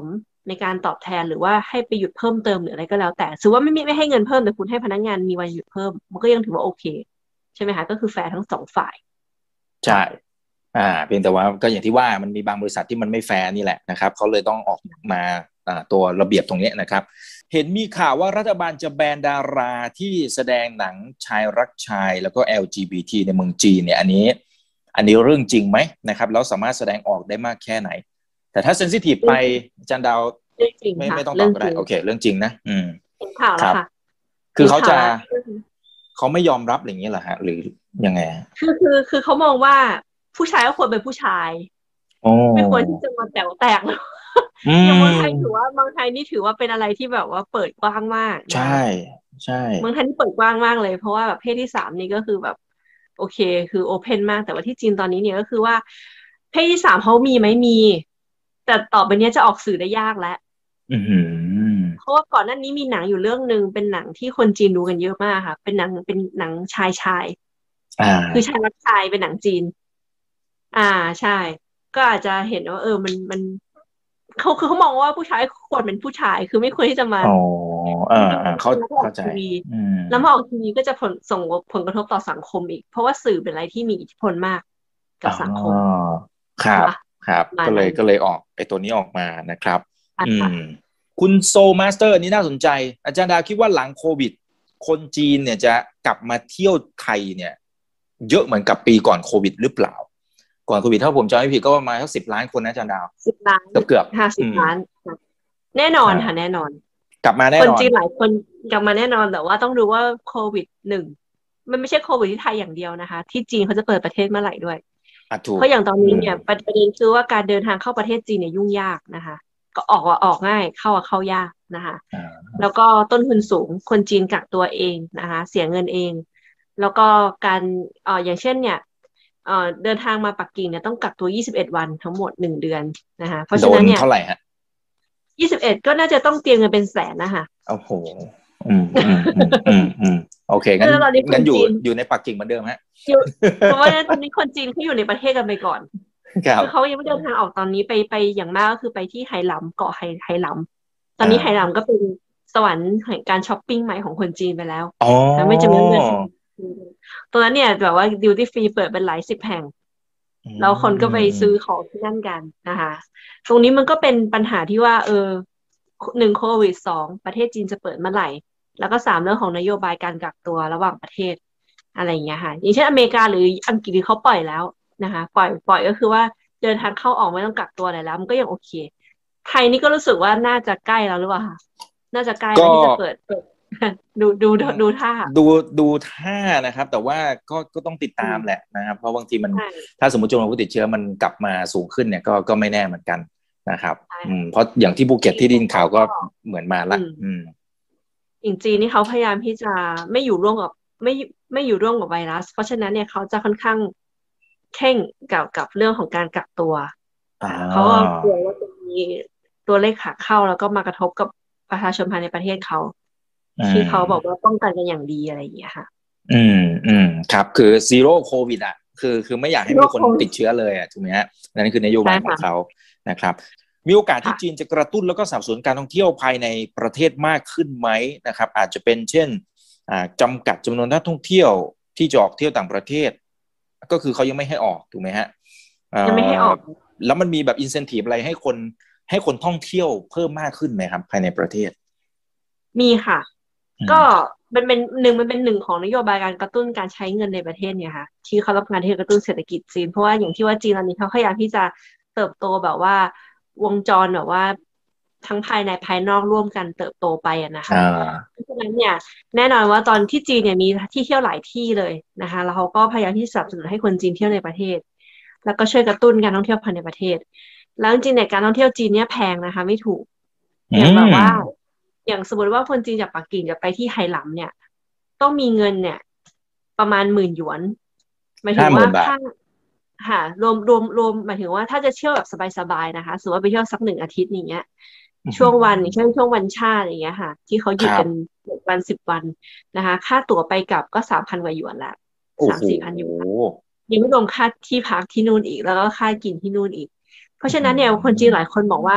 ในการตอบแทนหรือว่าให้ไปหยุดเพิ่มเติมหรืออะไรก็แล้วแต่ถือว่าไม่ไม่ให้เงินเพิ่มแต่คุณให้พนักงานมีวันหยุดเพิ่มมันก็ยังถือว่าโอเคใช่ไหมคะก็คือแฟร์ทั้งสองฝ่ายใช่อ่าเพียงแต่ว่าก็อย่างที่ว่ามันมีบางบริษัทที่มันไม่แฟร์นี่แหละนะครับเขาเลยต้องออกมาอ่าตัวระเบียบตรงนี้นะครับเห็นมีข่าวว่ารัฐบาลจะแบนดาราที่แสดงหนังชายรักชายแล้วก็ แอล จี บี ที ในเมืองจีนเนี่ยอันนี้อันนี้เรื่องจริงไหมนะครับแล้วสามารถแสดงออกได้มากแค่ไหนแต่ถ้าเซนซิทีฟไปอาจารย์ดาวไม่ไม่ต้องตอบก็ได้โอเคเรื่องจริงนะอืมเห็นข่าวแล้วค่ะคือเขาจะเขาไม่ยอมรับอย่างนี้เหรอฮะหรือยังไงคือคือคือเขามองว่าผู้ชายก็ควรเป็นผู้ชายไม่ควรที่จะมาแต๋วแตกอย่างเมืองไทยถือว่าเมืองไทยนี่ถือว่าเป็นอะไรที่แบบว่าเปิดกว้างมากใช่ใช่เมืองไทยนี่เปิดกว้างมากเลยเพราะว่าแบบเพศที่สามนี่ก็คือแบบโอเคคือโอเพนมากแต่ว่าที่จีนตอนนี้เนี่ยก็คือว่าเพศที่สามเขามีไหมมีแต่ต่อไปนี้จะออกสื่อได้ยากแล้วเพราะว่าก่อนหน้านี้มีหนังอยู่เรื่องนึงเป็นหนังที่คนจีนดูกันเยอะมากค่ะเป็นหนังเป็นหนังชายชายคือชายรักชายเป็นหนังจีนอ่าใช่ก็อาจจะเห็นว่าเออมันมันเขาคือเขามองว่าผู้ชายควรเป็นผู้ชายคือไม่ควรที่จะมาอ๋ออ่าเขาเข้าใจแล้วมาออกทีวีก็จะผลส่งผลกระทบต่อสังคมอีกเพราะว่าสื่อเป็นอะไรที่มีอิทธิพลมากกับสังคมครับครับก็เลยก็เลยออกไอ้ตัวนี้ออกมานะครับอืมคุณโซมาสเตอร์นี่น่าสนใจอาจารย์ดาวคิดว่าหลังโควิดคนจีนเนี่ยจะกลับมาเที่ยวไทยเนี่ยเยอะเหมือนกับปีก่อนโควิดหรือเปล่าก่อนโควิดถ้าผมจำไม่ผิดก็ประมาณสักสิบล้านคนนะอาจารย์ดาวสิบล้านเกือบเกือบห้าสิบล้านแน่นอนค่ะแน่นอนกลับมาแน่นอนคนจีนหลายคนกลับมาแน่นอนแต่ว่าต้องดูว่าโควิดหนึ่งมันไม่ใช่โควิดที่ไทยอย่างเดียวนะคะที่จีนเขาจะเปิดประเทศเมื่อไหร่ด้วยเพราะอย่างตอนนี้เนี่ยประเด็นคือว่าการเดินทางเข้าประเทศจีนเนี่ยยุ่งยากนะคะก็ออกว่าออกง่ายเข้าเข้ายากนะคะแล้วก็ต้นทุนสูงคนจีนกักตัวเองนะคะเสียเงินเองแล้วก็การเอ่ออย่างเช่นเนี่ยเอ่อเดินทางมาปักกิ่งเนี่ยต้องกักตัวยี่สิบเอ็ดวันทั้งหมดหนึ่งเดือนนะคะเพราะฉะนั้นเนี่ยเท่าไหร่ฮะยี่สิบเอ็ดก็น่าจะต้องเตรียมเงินเป็นแสนนะคะโอ้โหอืมอืมอืมอืมโอเคงั้นงั้นอยู่อยู่ในปักกิ่งเหมือนเดิมฮะเพราะว่าตอนนี้คนจีนเขาอยู่ในประเทศกันไปก่อนคือเขายังไม่เดินทางออกตอนนี้ไปไปอย่างมากก็คือไปที่ไหหลำเกาะไหไหหลำตอนนี้ไหหลำก็เป็นสวรรค์แห่งการช้อปปิ้งใหม่ของคนจีนไปแล้วแล้วไม่จำเป็นเงินตอนนั้นเนี่ยแบบว่าดิวตี้ฟรีเปิดเป็นหลายสิบแห่งแล้วคนก็ไปซื้อของที่นั่นกันนะคะตรงนี้มันก็เป็นปัญหาที่ว่าเออหนึ่งโควิดสองประเทศจีนจะเปิดเมื่อไหร่แล้วก็สามเรื่องของนโยบายการกักตัวระหว่างประเทศอะไรอย่างเงี้ยค่ะอย่างเช่นอเมริกาหรืออังกฤษเขาปล่อยแล้วนะคะปล่อยปล่อยก็คือว่าเดินทางเข้าออกไม่ต้องกักตัวอะไรแล้วมันก็ยังโอเคไทยนี่ก็รู้สึกว่าน่าจะใกล้แล้วหรือเปล่าคะน่าจะใกล้แล้วที่จะเปิดเปิดดูดูดูท่าดูดูท่านะครับแต่ว่าก็ก็ต้องติดตามแหละนะครับเพราะบางทีมันถ้าสมมติจำนวนผู้ติดเชื้อมันกลับมาสูงขึ้นเนี่ยก็ก็ไม่แน่เหมือนกันนะครับอืมเพราะอย่างที่ภูเก็ตที่ดินข่าวก็เหมือนมาละอืมอย่างจีนนี่เขาพยายามที่จะไม่อยู่ร่วมกับไม่ไม่อยู่ร่วมกับไวรัสเพราะฉะนั้นเนี่ยเขาจะค่อนข้างเข่งกับกับเรื่องของการกักตัวเขาก็กลัวว่าจะมีตัวเลขขาเข้าแล้วก็มากระทบกับประชาชนภายในประเทศเขาที่เขาบอกว่าป้องกันกันอย่างดีอะไรอย่างเงี้ยค่ะอืมอืมครับคือซีโร่โควิดอ่ะคือคือไม่อยากให้มีคนติดเชื้อเลยอ่ะถูกไหมฮะนั่นคือนโยบายของเขานะครับมีโอกาสที่จีนจะกระตุ้นแล้วก็สนับสนุนการท่องเที่ยวภายในประเทศมากขึ้นไหมนะครับอาจจะเป็นเช่นอ่าจำกัดจำนวนนักท่องเที่ยวที่จะออกเที่ยวต่างประเทศก็คือเขายังไม่ให้ออกถูกไหมฮะยังไม่ให้ออกแล้วมันมีแบบอินเซนทีฟอะไรให้คนให้คนท่องเที่ยวเพิ่มมากขึ้นไหมครับภายในประเทศมีค่ะก็มันเป็นหนึ่งมันเป็นหนึ่งของนโยบายการกระตุ้นการใช้เงินในประเทศเนี่ยค่ะที่เขารับงานที่กระตุ้นเศรษฐกิจจีนเพราะว่าอย่างที่ว่าจีนตอนนี้เขาพยายามที่จะเติบโตแบบว่าวงจรแบบว่าทั้งภายในภายนอกร่วมกันเติบโตไปอะนะคะเพราะฉะนั้นเนี่ยแน่นอนว่าตอนที่จีนเนี่ยมีที่เที่ยวหลายที่เลยนะคะแล้วเขาก็พยายามที่สนับสนุนให้คนจีนเที่ยวในประเทศแล้วก็ช่วยกระตุ้นการท่องเที่ยวภายในประเทศแล้วจริงๆเนี่ยการท่องเที่ยวจีนเนี่ยแพงนะคะไม่ถูกอย่างแบบว่าอย่างสมมติว่าคนจีนจากปักกิ่งจะไปที่ไหหลำเนี่ยต้องมีเงินเนี่ยประมาณหมื่นหยวนหมายถึงว่าค่าค่ะรวมรวมรวมหมายถึงว่าถ้าจะเที่ยวแบบสบายๆนะคะสมมติว่าไปเที่ยวสักหนึ่งอาทิตย์อย่างเงี้ยช่วงวันอย่างเช่นช่วงวันชาติอย่างเงี้ยค่ะที่เขาหยุดกันวันสิบวันนะคะค่าตั๋วไปกลับก็สามพันกว่าหยวนละสามสี่พันหยวนยังไม่รวมค่าที่พักที่นู่นอีกแล้วก็ค่ากินที่นู่นอีกเพราะฉะนั้นเนี่ยคนจีนหลายคนบอกว่า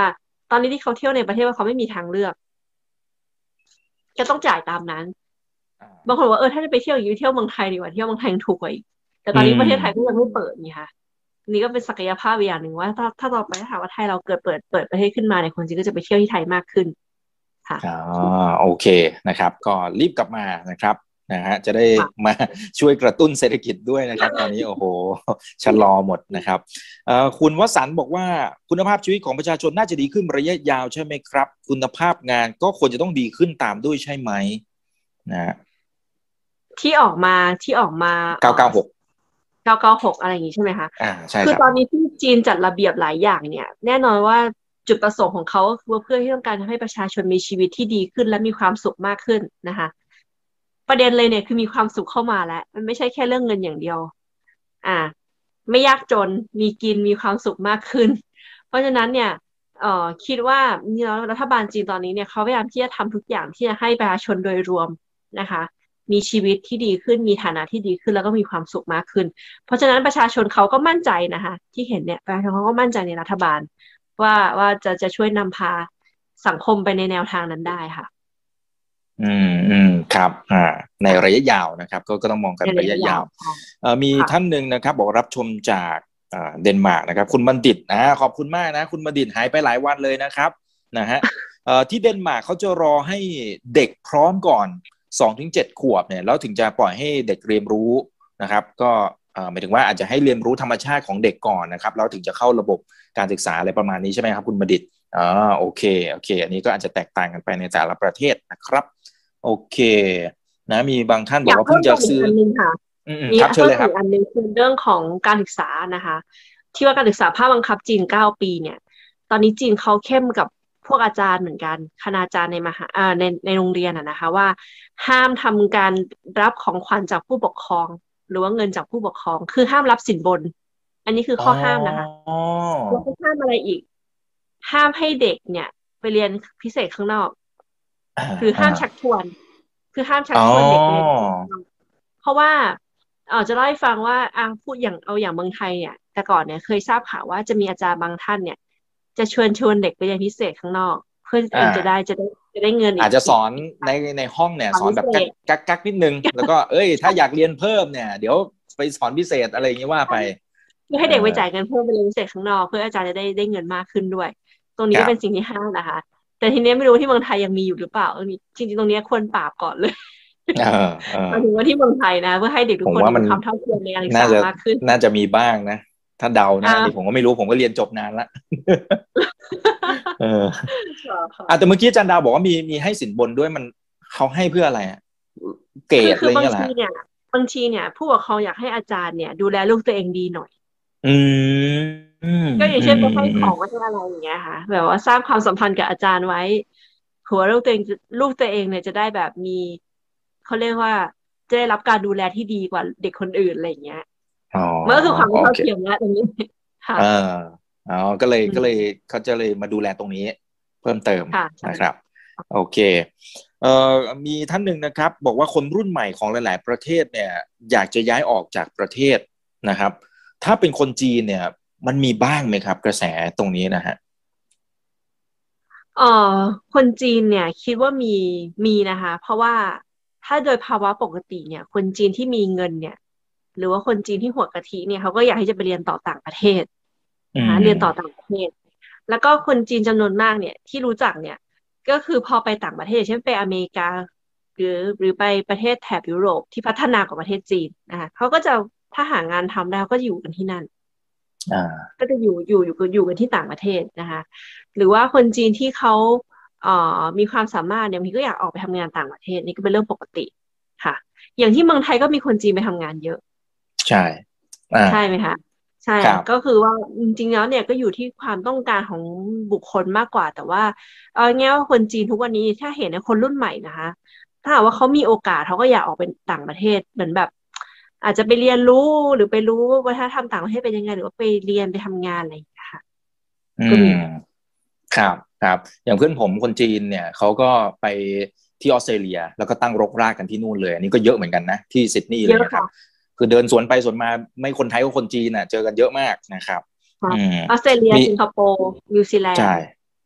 ตอนนี้ที่เขาเที่ยวในประเทศว่าเขาไม่มีทางเลือกจะต้องจ่ายตามนั้นบางคนว่าเออถ้าจะไปเที่ยวอย่างนี้เที่ยวเมืองไทยดีกว่าเที่ยวเมืองไทยถูกกว่าอีกแต่ตอนนี้ประเทศไทยก็ยังไม่เปิดนี่ค่ะนี่ก็เป็นศักยภาพอย่างหนึ่งว่าถ้าถ้าต่อไปถ้าถามว่าไทยเราเกิดเปิดเปิดประเทศขึ้นมาเนี่ยคนจริงก็จะไปเที่ยวที่ไทยมากขึ้นค่ะอ๋อโอเคนะครับก็รีบกลับมานะครับนะฮะจะได้มาช่วยกระตุ้นเศรษฐกิจด้วยนะครับตอนนี้โอ้โหชะลอหมดนะครับคุณวสันต์บอกว่าคุณภาพชีวิตของประชาชนน่าจะดีขึ้นระยะยาวใช่ไหมครับคุณภาพงานก็ควรจะต้องดีขึ้นตามด้วยใช่ไหมนะที่ออกมาที่ออกมาเก้าเก้าหกเก้าเก้าหกอะไรอย่างนี้ใช่ไหมคะอ่าใช่คือตอนนี้ที่จีนจัดระเบียบหลายอย่างเนี่ยแน่นอนว่าจุดประสงค์ของเขาคือเพื่อที่ต้องการให้ประชาชนมีชีวิตที่ดีขึ้นและมีความสุขมากขึ้นนะคะประเด็นเลยเนี่ยคือมีความสุขเข้ามาแล้วมันไม่ใช่แค่เรื่องเงินอย่างเดียวอ่าไม่ยากจนมีกินมีความสุขมากขึ้นเพราะฉะนั้นเนี่ยเอ่อคิดว่าเนี่ยรัฐบาลจีนตอนนี้เนี่ยเขาพยายามที่จะทำทุกอย่างที่จะให้ประชาชนโดยรวมนะคะมีชีวิตที่ดีขึ้นมีฐานะที่ดีขึ้นแล้วก็มีความสุขมากขึ้นเพราะฉะนั้นประชาชนเขาก็มั่นใจนะคะที่เห็นเนี่ยประชาชนเขาก็มั่นใจในรัฐบาลว่าว่าจะจะช่วยนำพาสังคมไปในแนวทางนั้นได้ค่ะอืมอืมครับอ่าในระยะยาวนะครับก็ก็ต้องมองกันระยะยาวเอ่อมีท่านหนึ่งนะครับบอกรับชมจากอ่าเดนมาร์กนะครับคุณบัณฑิตนะขอบคุณมากนะคุณบัณฑิตหายไปหลายวันเลยนะครับนะฮะเอ่อที่เดนมาร์กเขาจะรอให้เด็กพร้อมก่อน สองถึงเจ็ด ขวบเนี่ยแล้วถึงจะปล่อยให้เด็กเรียนรู้นะครับก็เอ่อหมายถึงว่าอาจจะให้เรียนรู้ธรรมชาติของเด็กก่อนนะครับแล้วถึงจะเข้าระบบการศึกษาอะไรประมาณนี้ใช่ไหมครับคุณบัณฑิตอ๋อโอเคโอเคอันนี้ก็อาจจะแตกต่างกันไปในแต่ละประเทศนะครับโอเคนะมีบางท่านบอกว่าเพิ่งจะซื้ออันนึงค่ะมีเพิ่มอีกอันนึงคือเรื่องของการศึกษานะคะที่ว่าการศึกษาภาคบังคับจีนเก้าปีเนี่ยตอนนี้จีนเขาเข้มกับพวกอาจารย์เหมือนกันคณาจารย์ในมหาอ่าในในโรงเรียนอ่ะนะคะว่าห้ามทำการรับของขวัญจากผู้ปกครองหรือว่าเงินจากผู้ปกครองคือห้ามรับสินบนอันนี้คือข้อห้ามนะคะแล้วก็ห้ามอะไรอีกห้ามให้เด็กเนี่ยไปเรียนพิเศษข้างนอกคือห้ามชักชวนคือห้ามชักชวนเด็กไปเรียนเพราะว่าเออจะเล่าให้ฟังว่าอ่าพูดอย่างเอาอย่างเมืองไทยเนี่ยแต่ก่อนเนี่ยเคยทราบข่าวว่าจะมีอาจารย์บางท่านเนี่ยจะชวนชวนเด็กไปเรียนพิเศษข้างนอกเพื่อเองจะได้จะได้จะได้เงินอาจจะสอนในในห้องเนี่ยสอนแบบกักกักนิดนึงแล้วก็เอ้ยถ้าอยากเรียนเพิ่มเนี่ยเดี๋ยวไปสอนพิเศษอะไรอย่างนี้ว่าไปเพื่อให้เด็กไปจ่ายเงินเพิ่มไปเรียนพิเศษข้างนอกเพื่ออาจารย์จะได้ได้เงินมากขึ้นด้วยตรงนี้เป็นสิ่งที่ห้ามนะคะแต่ทีนี้ไม่รู้ที่เมืองไทยยังมีอยู่หรือเปล่าจริงๆตรงนี้ควรปราบก่อนเลยมาถึงว่าที่เมืองไทยนะเพื่อให้เด็กทุกคนมีความเท่าเทียมในการศึกษามากขึ้นน่าจะมีบ้างนะถ้าเดานะผมก็ไม่รู้ผมก็เรียนจบนานละเออแต่เมื่อกี้อาจารย์ดาวบอกว่ามีมีให้สินบนด้วยมันเขาให้เพื่ออะไรอะเกรดอะไรเงี้ยเหรอบางทีเนี่ยผู้ปกครองอยากให้อาจารย์เนี่ยดูแลลูกตัวเองดีหน่อยอืมก็อย่างเช่นไปให้ของว่าอะไรอย่างเงี้ยค่ะแบบว่าสร้างความสัมพันธ์กับอาจารย์ไว้ผัวลูกตัวเองลูกตัวเองเนี่ยจะได้แบบมีเขาเรียกว่าจะได้รับการดูแลที่ดีกว่าเด็กคนอื่นอะไรอย่างเงี้ยมันก็คือความเท่าเทียมแล้วตรงนี้ค่ะอ่าอ๋อก็เลยก็เลยเขาจะเลยมาดูแลตรงนี้เพิ่มเติมนะครับโอเคเอ่อมีท่านหนึ่งนะครับบอกว่าคนรุ่นใหม่ของหลายๆประเทศเนี่ยอยากจะย้ายออกจากประเทศนะครับถ้าเป็นคนจีนเนี่ยมันมีบ้างไหมครับกระแสตรงนี้นะฮะเอ่อคนจีนเนี่ยคิดว่ามีมีนะคะเพราะว่าถ้าโดยภาวะปกติเนี่ยคนจีนที่มีเงินเนี่ยหรือว่าคนจีนที่หัวกะทิเนี่ยเขาก็อยากที่จะไปเรียนต่อต่างประเทศนะคะเรียนต่อต่างประเทศแล้วก็คนจีนจำนวนมากเนี่ยที่รู้จักเนี่ยก็คือพอไปต่างประเทศเช่นไปอเมริกาหรือหรือไปประเทศแถบยุโรปที่พัฒนากว่าประเทศจีนนะคะเขาก็จะถ้าหางานทำได้ก็อยู่กันที่นั่นก็จะอยู่อยู่อยู่อยู่กันที่ต่างประเทศนะคะหรือว่าคนจีนที่เขาเอ่อมีความสามารถเนี่ยบางทีก็อยากออกไปทำงานต่างประเทศนี่ก็เป็นเรื่องปกติค่ะอย่างที่เมืองไทยก็มีคนจีนไปทำงานเยอะใช่ใช่ไหมคะใช่ก็คือว่าจริงๆแล้วเนี่ยก็อยู่ที่ความต้องการของบุคคลมากกว่าแต่ว่าเอาง่ายว่าคนจีนทุกวันนี้ถ้าเห็นในคนรุ่นใหม่นะคะถ้าหากว่าเขามีโอกาสเขาก็อยากออกเป็นต่างประเทศเหมือนแบบอาจจะไปเรียนรู้หรือไปรู้วัฒนธรรมต่างประเทศเป็นยังไงหรือว่าไปเรียนไปทำงานอะไรอย่างเงี้ยค่ะอืมครับครับอย่างเพื่อนผมคนจีนเนี่ยเขาก็ไปที่ออสเตรเลียแล้วก็ตั้งรกรากกันที่นู่นเลยอันนี้ก็เยอะเหมือนกันนะที่ซิดนีย์เลยนะครับคือเดินสวนไปสวนมาไม่คนไทยก็คนจีนน่ะเจอกันเยอะมากนะครับออสเตรเลียสิงคโปร์นิวซีแลนด์ใช่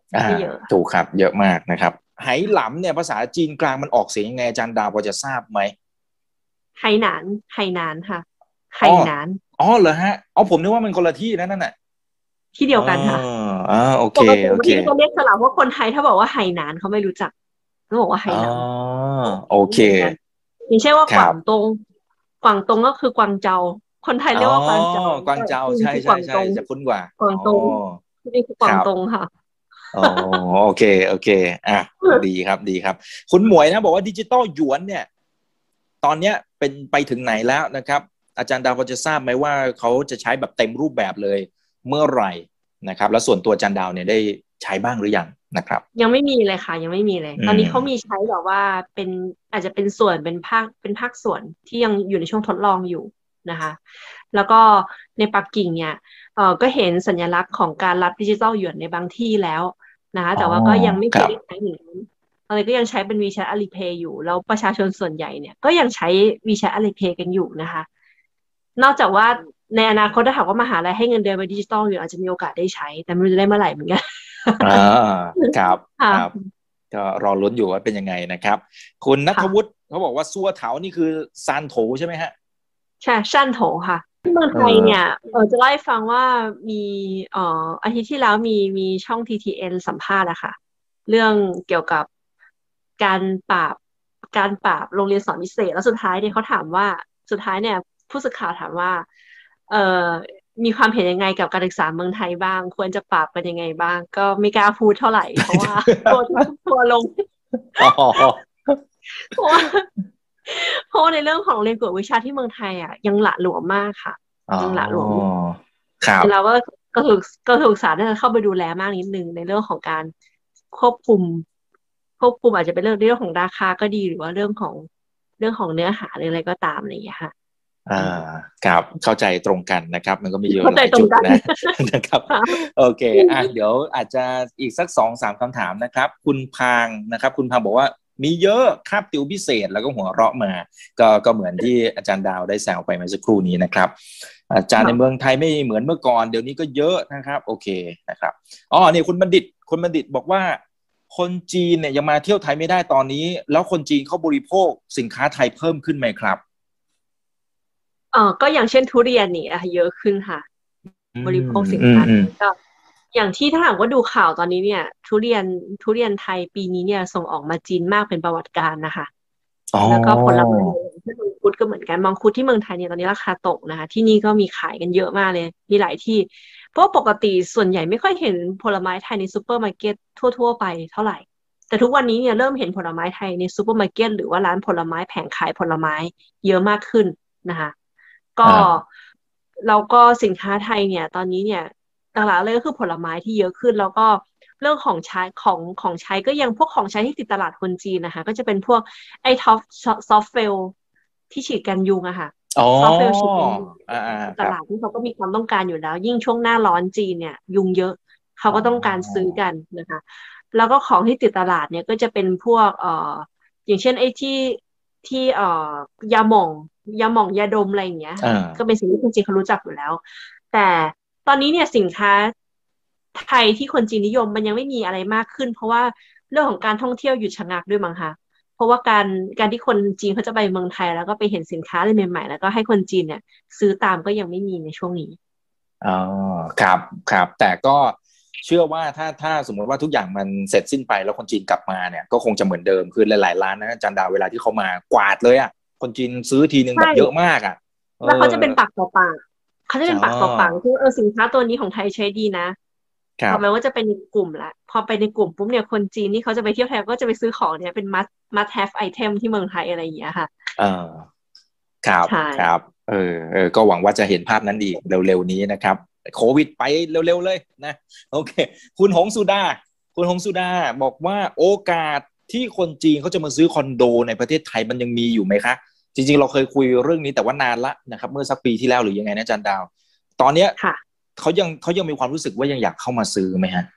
ไม่เยอะถูกครับเยอะมากนะครับไหหลำเนี่ยภาษาจีนกลางมันออกเสียงยังไงอาจารย์ดาวพอจะทราบไหมไหหนานไหหนานค่ะไหหนานอ๋อเหรอฮะอ๋อผมนึกว่ามันคนละที่นั่นน่ะที่เดียวกันค่ะอ๋อโอเคปกติโอเคที่เขาเรียกสลับว่าคนไทยถ้าบอกว่าไหหนานเขาไม่รู้จักเขาบอกว่าไหอ๋อหลโอเคำอย่างเช่นว่าครับกวางตงกวางตงก็คือกวางเจาคนไทยอ๋อเรียกว่ากวางเจากวางเจาจริงใช่คือกใช่ใช่วางตงจะคุ้นกว่ากวางอ๋อตงนี่คือกวางครับตงค่ะอ๋อโอเคโอเคอ่ะดีครับดีครับคุณหมวยนะบอกว่าดิจิตอลหยวนเนี่ยตอนเนี้ยเป็นไปถึงไหนแล้วนะครับอาจารย์ดาวพอจะทราบไหมว่าเขาจะใช้แบบเต็มรูปแบบเลยเมื่อไหร่นะครับแล้วส่วนตัวอาจารย์ดาวเนี่ยได้ใช้บ้างหรือยังนะครับยังไม่มีเลยค่ะยังไม่มีเลยอืตอนนี้มเขามีใช้แบบว่าเป็นอาจจะเป็นส่วนเป็นภาคเป็นภาคส่วนที่ยังอยู่ในช่วงทดลองอยู่นะคะแล้วก็ในปักกิ่งเนี่ยเออก็เห็นสัญลักษณ์ของการรับดิจิทัลหยวนในบางที่แล้วนะคะอ๋อแต่ว่าก็ยังไม่ครับเคยได้ใช้เหมือนกันตอนนี้ก็ยังใช้เป็น WeChat Alipay อยู่แล้วประชาชนส่วนใหญ่เนี่ยก็ยังใช้ WeChat Alipay กันอยู่นะคะนอกจากว่าในอนาคตถ้าหากว่ามหาลัยให้เงินเดือนไปดิจิทัลอยู่อาจจะมีโอกาสได้ใช้แต่ไม่รู้จะได้เมื่อไหร่เหมือนกันอ่าครับค่ะครับก็รอลุ้นอยู่ว่าเป็นยังไงนะครับคุณณัฐวุฒิค่ะเขาบอกว่าซัวเถานี่คือซานโถใช่ไหมฮะใช่ชั่นโถค่ะที่เมืองเอไทยเนี่ยอเออจะเล่าให้ฟังว่ามีเอ่ออาทิตย์ที่แล้วมีมีช่อง ที ที เอ็น สัมภาษณ์อะค่ะเรื่องเกี่ยวกับการปราบการปราบโรงเรียนสอนพิเศษแล้วสุดท้ายเนี่ยเขาถามว่าสุดท้ายเนี่ยผู้สื่อข่าวถามว่าเอ่อมีความเห็นยังไงกับการศึกษาเมืองไทยบ้างควรจะปราบกันยังไงบ้างก็ไม่กล้าพูดเท่าไหร่เพราะว่าทัวร์ทัวร์ลงอ๋อเพราะว่าเพราะว่าในเรื่องของเรียนกวดวิชาที่เมืองไทยอ่ะยังหละหลวมมากค่ะอ๋อยังหละหลวมครับเราก็ก็ถูกก็ถูกศาลน่าจะเข้าไปดูแลมากนิดนึงในเรื่องของการควบคุมควบคุมอาจจะเป็นเรื่องเรื่องของราคาก็ดีหรือว่าเรื่องของเรื่องของเนื้อหาหรืออะไรก็ตามอะไรอย่างเงี้ยค่ะอ่าอืมครับเข้าใจตรงกันนะครับมันก็มีอยู่เข้าหลายใจตรงกันจุดนะนะครับค่ะโอเคอ่ะเดี๋ยวอาจจะอีกสักสองสามคำถามนะครับคุณพางนะครับคุณพางบอกว่ามีเยอะคาบติวพิเศษแล้วก็หัวเราะมาก็ก็เหมือนที่อาจารย์ดาวได้แซวไปเมื่อสักครู่นี้นะครับอาจารย์ในเมืองไทยไม่เหมือนเมื่อก่อนเดี๋ยวนี้ก็เยอะนะครับโอเคนะครับอ๋อนี่คุณบัณฑิตคุณบัณฑิตบอกว่าคนจีนเนี่ยยังมาเที่ยวไทยไม่ได้ตอนนี้แล้วคนจีนเขาบริโภคสินค้าไทยเพิ่มขึ้นไหมครับเออก็อย่างเช่นทุเรียนนี่อะเยอะขึ้นค่ะอืบริโภคมสินค้าอืมอืมก็อย่างที่ถ้าหากว่าดูข่าวตอนนี้เนี่ยทุเรียนทุเรียนไทยปีนี้เนี่ยส่งออกมาจีนมากเป็นประวัติการณ์นะคะอ๋อแล้วก็ผลไม้ที่มังคุดก็เหมือนกันมังคุดที่เมืองไทยเนี่ยตอนนี้ราคาตกนะคะที่นี่ก็มีขายกันเยอะมากเลยมีหลายที่เพราะปกติส่วนใหญ่ไม่ค่อยเห็นผลไม้ไทยในซูเปอร์มาร์เก็ตทั่วๆไปเท่าไหร่แต่ทุกวันนี้เนี่ยเริ่มเห็นผลไม้ไทยในซูเปอร์มาร์เก็ตหรือว่าร้านผลไม้แผงขายผลไม้เยอะมากขึ้นนะคะก็อ่าแล้วก็สินค้าไทยเนี่ยตอนนี้เนี่ยหลักๆเลยก็คือผลไม้ที่เยอะขึ้นแล้วก็เรื่องของใช้ของของใช้ก็ยังพวกของใช้ที่ติดตลาดคนจีนนะคะก็จะเป็นพวกไอ้ท็อปซอฟเฟลที่ฉีดกันยุงอะค่ะอ๋อซอฟเฟลฉีดกันยุงอ่าอ่าในครับตลาดที่เขาก็มีความต้องการอยู่แล้วยิ่งช่วงหน้าร้อนจีนเนี่ยยุงเยอะเขาอ๋อก็ต้องการซื้อกันนะคะแล้วก็ของที่ติดตลาดเนี่ยก็จะเป็นพวกเอ่ออย่างเช่นไอ้ที่ที่เอ่อยาหม่องยาหม่องยาดมอะไรอย่างเงี้ยอ่าก็เป็นสิ่งที่คนจีนเขารู้จักอยู่แล้ว แต่ตอนนี้เนี่ยสินค้าไทยที่คนจีนนิยมมันยังไม่มีอะไรมากขึ้นเพราะว่าเรื่องของการท่องเที่ยวหยุดชะงักด้วยมั้งคะเพราะว่าการการที่คนจีนเขาจะไปเมืองไทยแล้วก็ไปเห็นสินค้าอะไรใหม่ๆแล้วก็ให้คนจีนเนี่ยซื้อตามก็ยังไม่มีในช่วงนี้อ๋อครับครับแต่ก็เชื่อว่าถ้าถ้าสมมติว่าทุกอย่างมันเสร็จสิ้นไปแล้วคนจีนกลับมาเนี่ยก็คงจะเหมือนเดิมคือหลายๆร้านนะอาจารย์ดาวเวลาที่เขามากวาดเลยอ่ะคนจีนซื้อทีนึงแบบใช่เยอะมากอ่ะเอแล้วเขาจะอเป็นปากต่อปากเขาจะอ๋เป็นปากต่อปากอคือเออสินค้าตัวนี้ของไทยใช้ดีนะครับต่อไปว่าจะเป็นในกลุ่มละพอไปในกลุ่มปุ๊บเนี่ยคนจีนนี่เขาจะไปเที่ยวไทยก็จะไปซื้อของเนี่ยเป็น must must have item ที่เมืองไทยอะไรอย่างเงี้ยค่ะเออครับใช่ครับเออเออก็หวังว่าจะเห็นภาพนั้นอีกเร็วๆนี้นะครับโควิดไปเร็วๆเลยนะโอเคคุณหงสุดาคุณหงสุดาบอกว่าโอกาสที่คนจีนเขาจะมาซื้อคอนโดในประเทศไทยมันยังมีอยู่ไหมคะจริงๆเราเคยคุยเรื่องนี้แต่ว่านานละนะครับเมื่อสักปีที่แล้วหรือยังไงนะอาจารย์ดาวตอนเนี้ยค่ะเขายังเขายังมีความรู้สึกว่ายังอยากเข้ามาซื้อไหมฮะ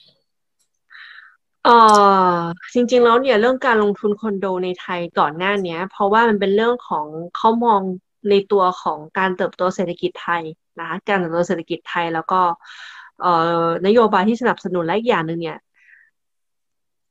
เออจริงๆแล้วเนี่ยเรื่องการลงทุนคอนโดในไทยก่อนหน้าเนี้ยเพราะว่ามันเป็นเรื่องของเขามองในตัวของการเติบโตเศรษฐกิจไทยนะคะการเติบโตเศรษฐกิจไทยแล้วก็เอ่อนโยบายที่สนับสนุนและอีกอย่างหนึ่งเนี่ย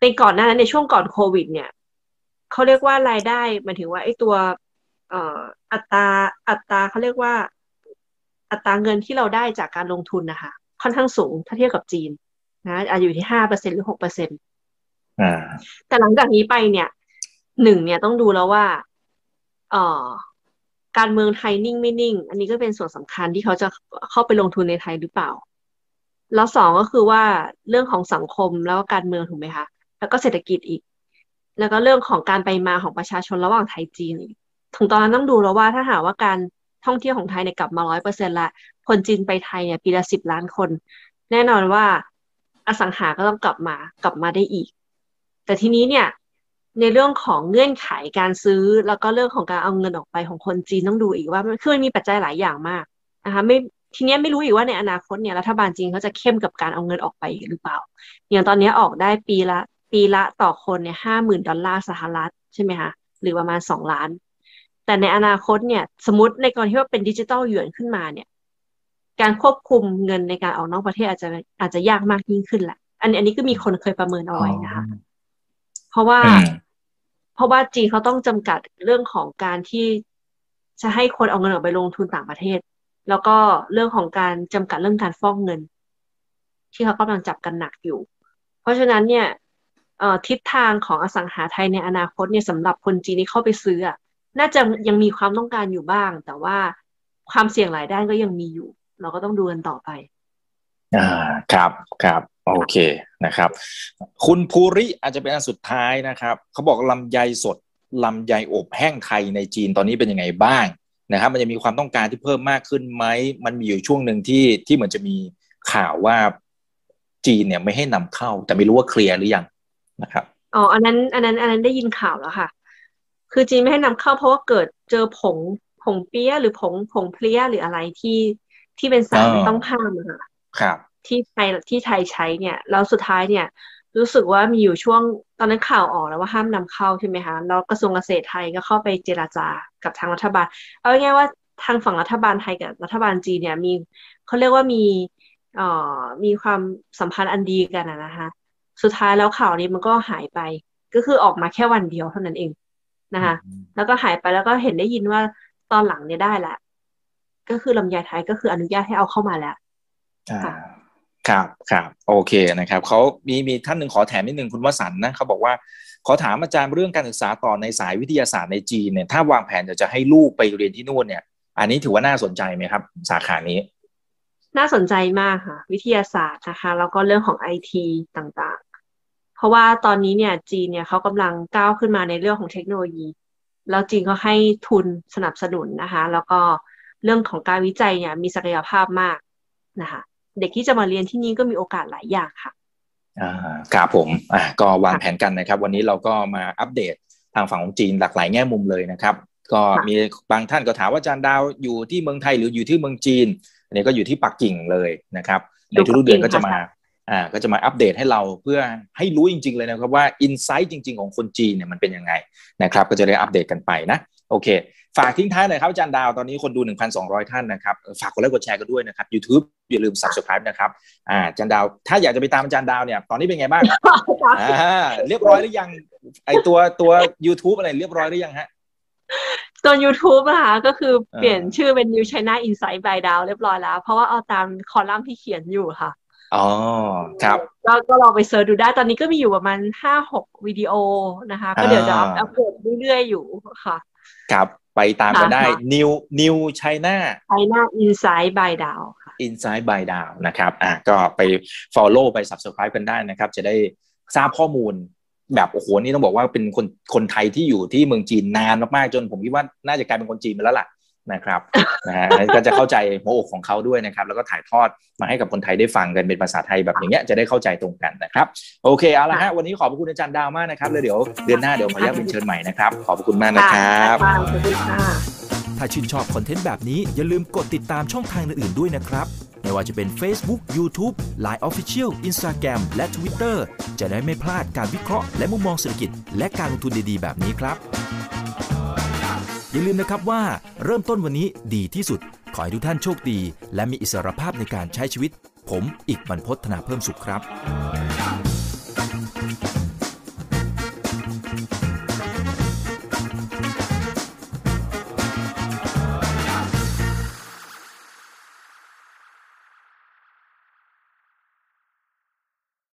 ในก่อนหน้านั้นในช่วงก่อนโควิดเนี่ยเขาเรียกว่ารายได้หมายถึงว่าไอ้ตัวเอ่ออัตราอัตราเขาเรียกว่าอัตราเงินที่เราได้จากการลงทุนนะคะค่อนข้างสูงถ้าเทียบกับจีนนะอาจจะอยู่ที่ ห้าเปอร์เซ็นต์ หรือ หกเปอร์เซ็นต์อ่าแต่หลังจากนี้ไปเนี่ยหนึ่งเนี่ยต้องดูแล้วว่าเอ่อการเมืองไทยนิ่งไม่นิ่งอันนี้ก็เป็นส่วนสำคัญที่เขาจะเข้าไปลงทุนในไทยหรือเปล่าแล้วสองก็คือว่าเรื่องของสังคมแล้วก็การเมืองถูกไหมคะแล้วก็เศรษฐกิจอีกแล้วก็เรื่องของการไปมาของประชาชนระหว่างไทยจีนอีกถึงตอนนั้นต้องดูแล้วว่าถ้าหากว่าการท่องเที่ยวของไทยเนี่ยกลับมา ร้อยเปอร์เซ็นต์ ละคนจีนไปไทยเนี่ยปีละสิบล้านคนแน่นอนว่าอสังหาก็ต้องกลับมากลับมาได้อีกแต่ทีนี้เนี่ยในเรื่องของเงื่อนไขการซื้อแล้วก็เรื่องของการเอาเงินออกไปของคนจีนต้องดูอีกว่าคือมันมีปัจจัยหลายอย่างมากนะคะไม่ทีนี้ไม่รู้อีกว่าในอนาคตเนี่ยรัฐบาลจีนเขาจะเข้มกับการเอาเงินออกไปหรือเปล่าอย่างตอนนี้ออกได้ปีละปีละต่อคนเนี่ยห้าหมื่นดอลลาร์สหรัฐใช่ไหมคะหรือประมาณสองล้านแต่ในอนาคตเนี่ยสมมติในกรณีที่ว่าเป็นดิจิทัลหยวนขึ้นมาเนี่ยการควบคุมเงินในการออกนอกประเทศอาจจะอาจจะยากมากยิ่งขึ้นแหละอันนี้อันนี้ก็มีคนเคยประเมินเอาไว้นะคะเพราะว่าเพราะว่าจีนเขาต้องจำกัดเรื่องของการที่จะให้คนเอาเงินออกไปลงทุนต่างประเทศแล้วก็เรื่องของการจำกัดเรื่องการฟอกเงินที่เขากำลังจับกันหนักอยู่เพราะฉะนั้นเนี่ยทิศทางของอสังหาไทยในอนาคตเนี่ยสำหรับคนจีนที่เข้าไปซื้อน่าจะยังมีความต้องการอยู่บ้างแต่ว่าความเสี่ยงหลายด้านก็ยังมีอยู่เราก็ต้องดูกันต่อไปอ่าครับครับโอเคนะครับคุณภูริอาจจะเป็นอันสุดท้ายนะครับเขาบอกลำไยสดลำไยอบแห้งไทยในจีนตอนนี้เป็นยังไงบ้างนะครับมันจะมีความต้องการที่เพิ่มมากขึ้นไหมมันมีอยู่ช่วงหนึ่งที่ที่เหมือนจะมีข่าวว่าจีนเนี่ยไม่ให้นำเข้าแต่ไม่รู้ว่าเคลียร์หรือยังนะครับอ๋ออันนั้นอันนั้นอันนั้นได้ยินข่าวแล้วค่ะคือจีนไม่ให้นำเข้าเพราะว่าเกิดเจอผงผงเปี้ยหรือผงผงเพลี้ยหรืออะไรที่ที่เป็นสารต้องห้ามอะค่ะครับที่ไทยที่ไทยใช้เนี่ยแล้วสุดท้ายเนี่ยรู้สึกว่ามีอยู่ช่วงตอนนั้นข่าวออกแล้วว่าห้ามนำเข้าใช่ไหมคะแล้วกระทรวงเกษตรไทยก็เข้าไปเจราจากับทางรัฐบาลเอาง่ายๆว่าทางฝั่งรัฐบาลไทยกับรัฐบาลจีนเนี่ยมีเขาเรียกว่ามีเอ่อมีความสัมพันธ์อันดีกันนะคะสุดท้ายแล้วข่าวนี้มันก็หายไปก็คือออกมาแค่วันเดียวเท่านั้นเองนะคะแล้วก็หายไปแล้วก็เห็นได้ยินว่าตอนหลังเนี่ยได้แหละก็คือลำไยไทยก็คืออนุญาตให้เอาเข้ามาแล้วครับครับโอเคนะครับเขามีมีท่านหนึ่งขอแถมนิดนึงคุณวสันต์นะเขาบอกว่าขอถามอาจารย์เรื่องการศึกษาต่อในสายวิทยาศาสตร์ในจีนเนี่ยถ้าวางแผนจะให้ลูกไปเรียนที่นู่นเนี่ยอันนี้ถือว่าน่าสนใจไหมครับสาขานี้น่าสนใจมากค่ะวิทยาศาสตร์นะคะแล้วก็เรื่องของ ไอ ที ต่างๆเพราะว่าตอนนี้เนี่ยจีนเนี่ยเขากำลังก้าวขึ้นมาในเรื่องของเทคโนโลยีแล้วจีนก็ให้ทุนสนับสนุนนะคะแล้วก็เรื่องของการวิจัยเนี่ยมีศักยภาพมากนะคะเด็กที่จะมาเรียนที่นี่ก็มีโอกาสหลายอย่างค่ะอ่าครับผมอ่ะก็วางแผนกันนะครับวันนี้เราก็มาอัปเดตทางฝั่งของจีนหลากหลายแง่มุมเลยนะครับก็มีบางท่านก็ถามว่าอาจารย์ดาวอยู่ที่เมืองไทยหรืออยู่ที่เมืองจีนอันนี้ก็อยู่ที่ปักกิ่งเลยนะครับในทุกๆเดือนก็จะมาอ่าก็จะมาอัปเดตให้เราเพื่อให้รู้จริงๆเลยนะครับว่าอินไซต์จริงๆของคนจีนเนี่ยมันเป็นยังไงนะครับก็จะได้อัปเดตกันไปนะโอเคฝากทิ้งท้ายหน่อยครับอาจารย์ดาวตอนนี้คนดู หนึ่งพันสองร้อย ท่านนะครับฝากกดไลค์กดแชร์กันด้วยนะครับ YouTube อย่าลืม Subscribe นะครับอ่าอาจารย์ดาวถ้าอยากจะไปตามอาจารย์ดาวเนี่ยตอนนี้เป็นไงบ้างอ่าเรียบร้อยหรือยังไอตัวตัว YouTube อะไรเรียบร้อยหรือยังฮะตัว YouTube นะคะก็คือเปลี่ยนชื่อเป็น New China Insight by Dow เรียบร้อยแล้วเพราะว่าเอาตามคอลัมน์ที่เขียนอยู่ค่ะอ๋อครับก็ก็ลองไปเสิร์ชดูได้ตอนนี้ก็มีอยู่ประมาณ ห้าหก วิดีโอนะคะก็เดี๋ยวจะอัปโหลดเรื่อยๆอยู่ค่ะครับไปตามกันได้ New New China China Insight by Dow ค่ะ Insight by Dow นะครับอ่ะก็ไป follow ไป subscribe กันได้นะครับจะได้ทราบข้อมูลแบบโอ้โหนี่ต้องบอกว่าเป็นคนคนไทยที่อยู่ที่เมืองจีนนานมากๆจนผมคิดว่าน่าจะกลายเป็นคนจีนไปแล้วล่ะนะครับนะฮะก็จะเข้าใจหัวอกของเขาด้วยนะครับแล้วก็ถ่ายทอดมาให้กับคนไทยได้ฟังกันเป็นภาษาไทยแบบอย่างเงี้ยจะได้เข้าใจตรงกันนะครับโอเคเอาละฮะวันนี้ขอบคุณอาจารย์ดาวมากนะครับแล้วเดี๋ยวเดือนหน้าเดี๋ยวขออนุญาตเป็นเชิญใหม่นะครับขอบคุณมากนะครับขอบคุณค่ะถ้าชื่นชอบคอนเทนต์แบบนี้อย่าลืมกดติดตามช่องทางอื่นๆด้วยนะครับไม่ว่าจะเป็น Facebook YouTube ไลน์ Official Instagram และ Twitter จะได้ไม่พลาดการวิเคราะห์และมุมมองเศรษฐกิจและการลงทุนดีๆแบบนี้ครับอย่าลืมนะครับว่าเริ่มต้นวันนี้ดีที่สุดขอให้ทุกท่านโชคดีและมีอิสรภาพในการใช้ชีวิตผมอีกบรรพต ธนาเพิ่มสุขครับ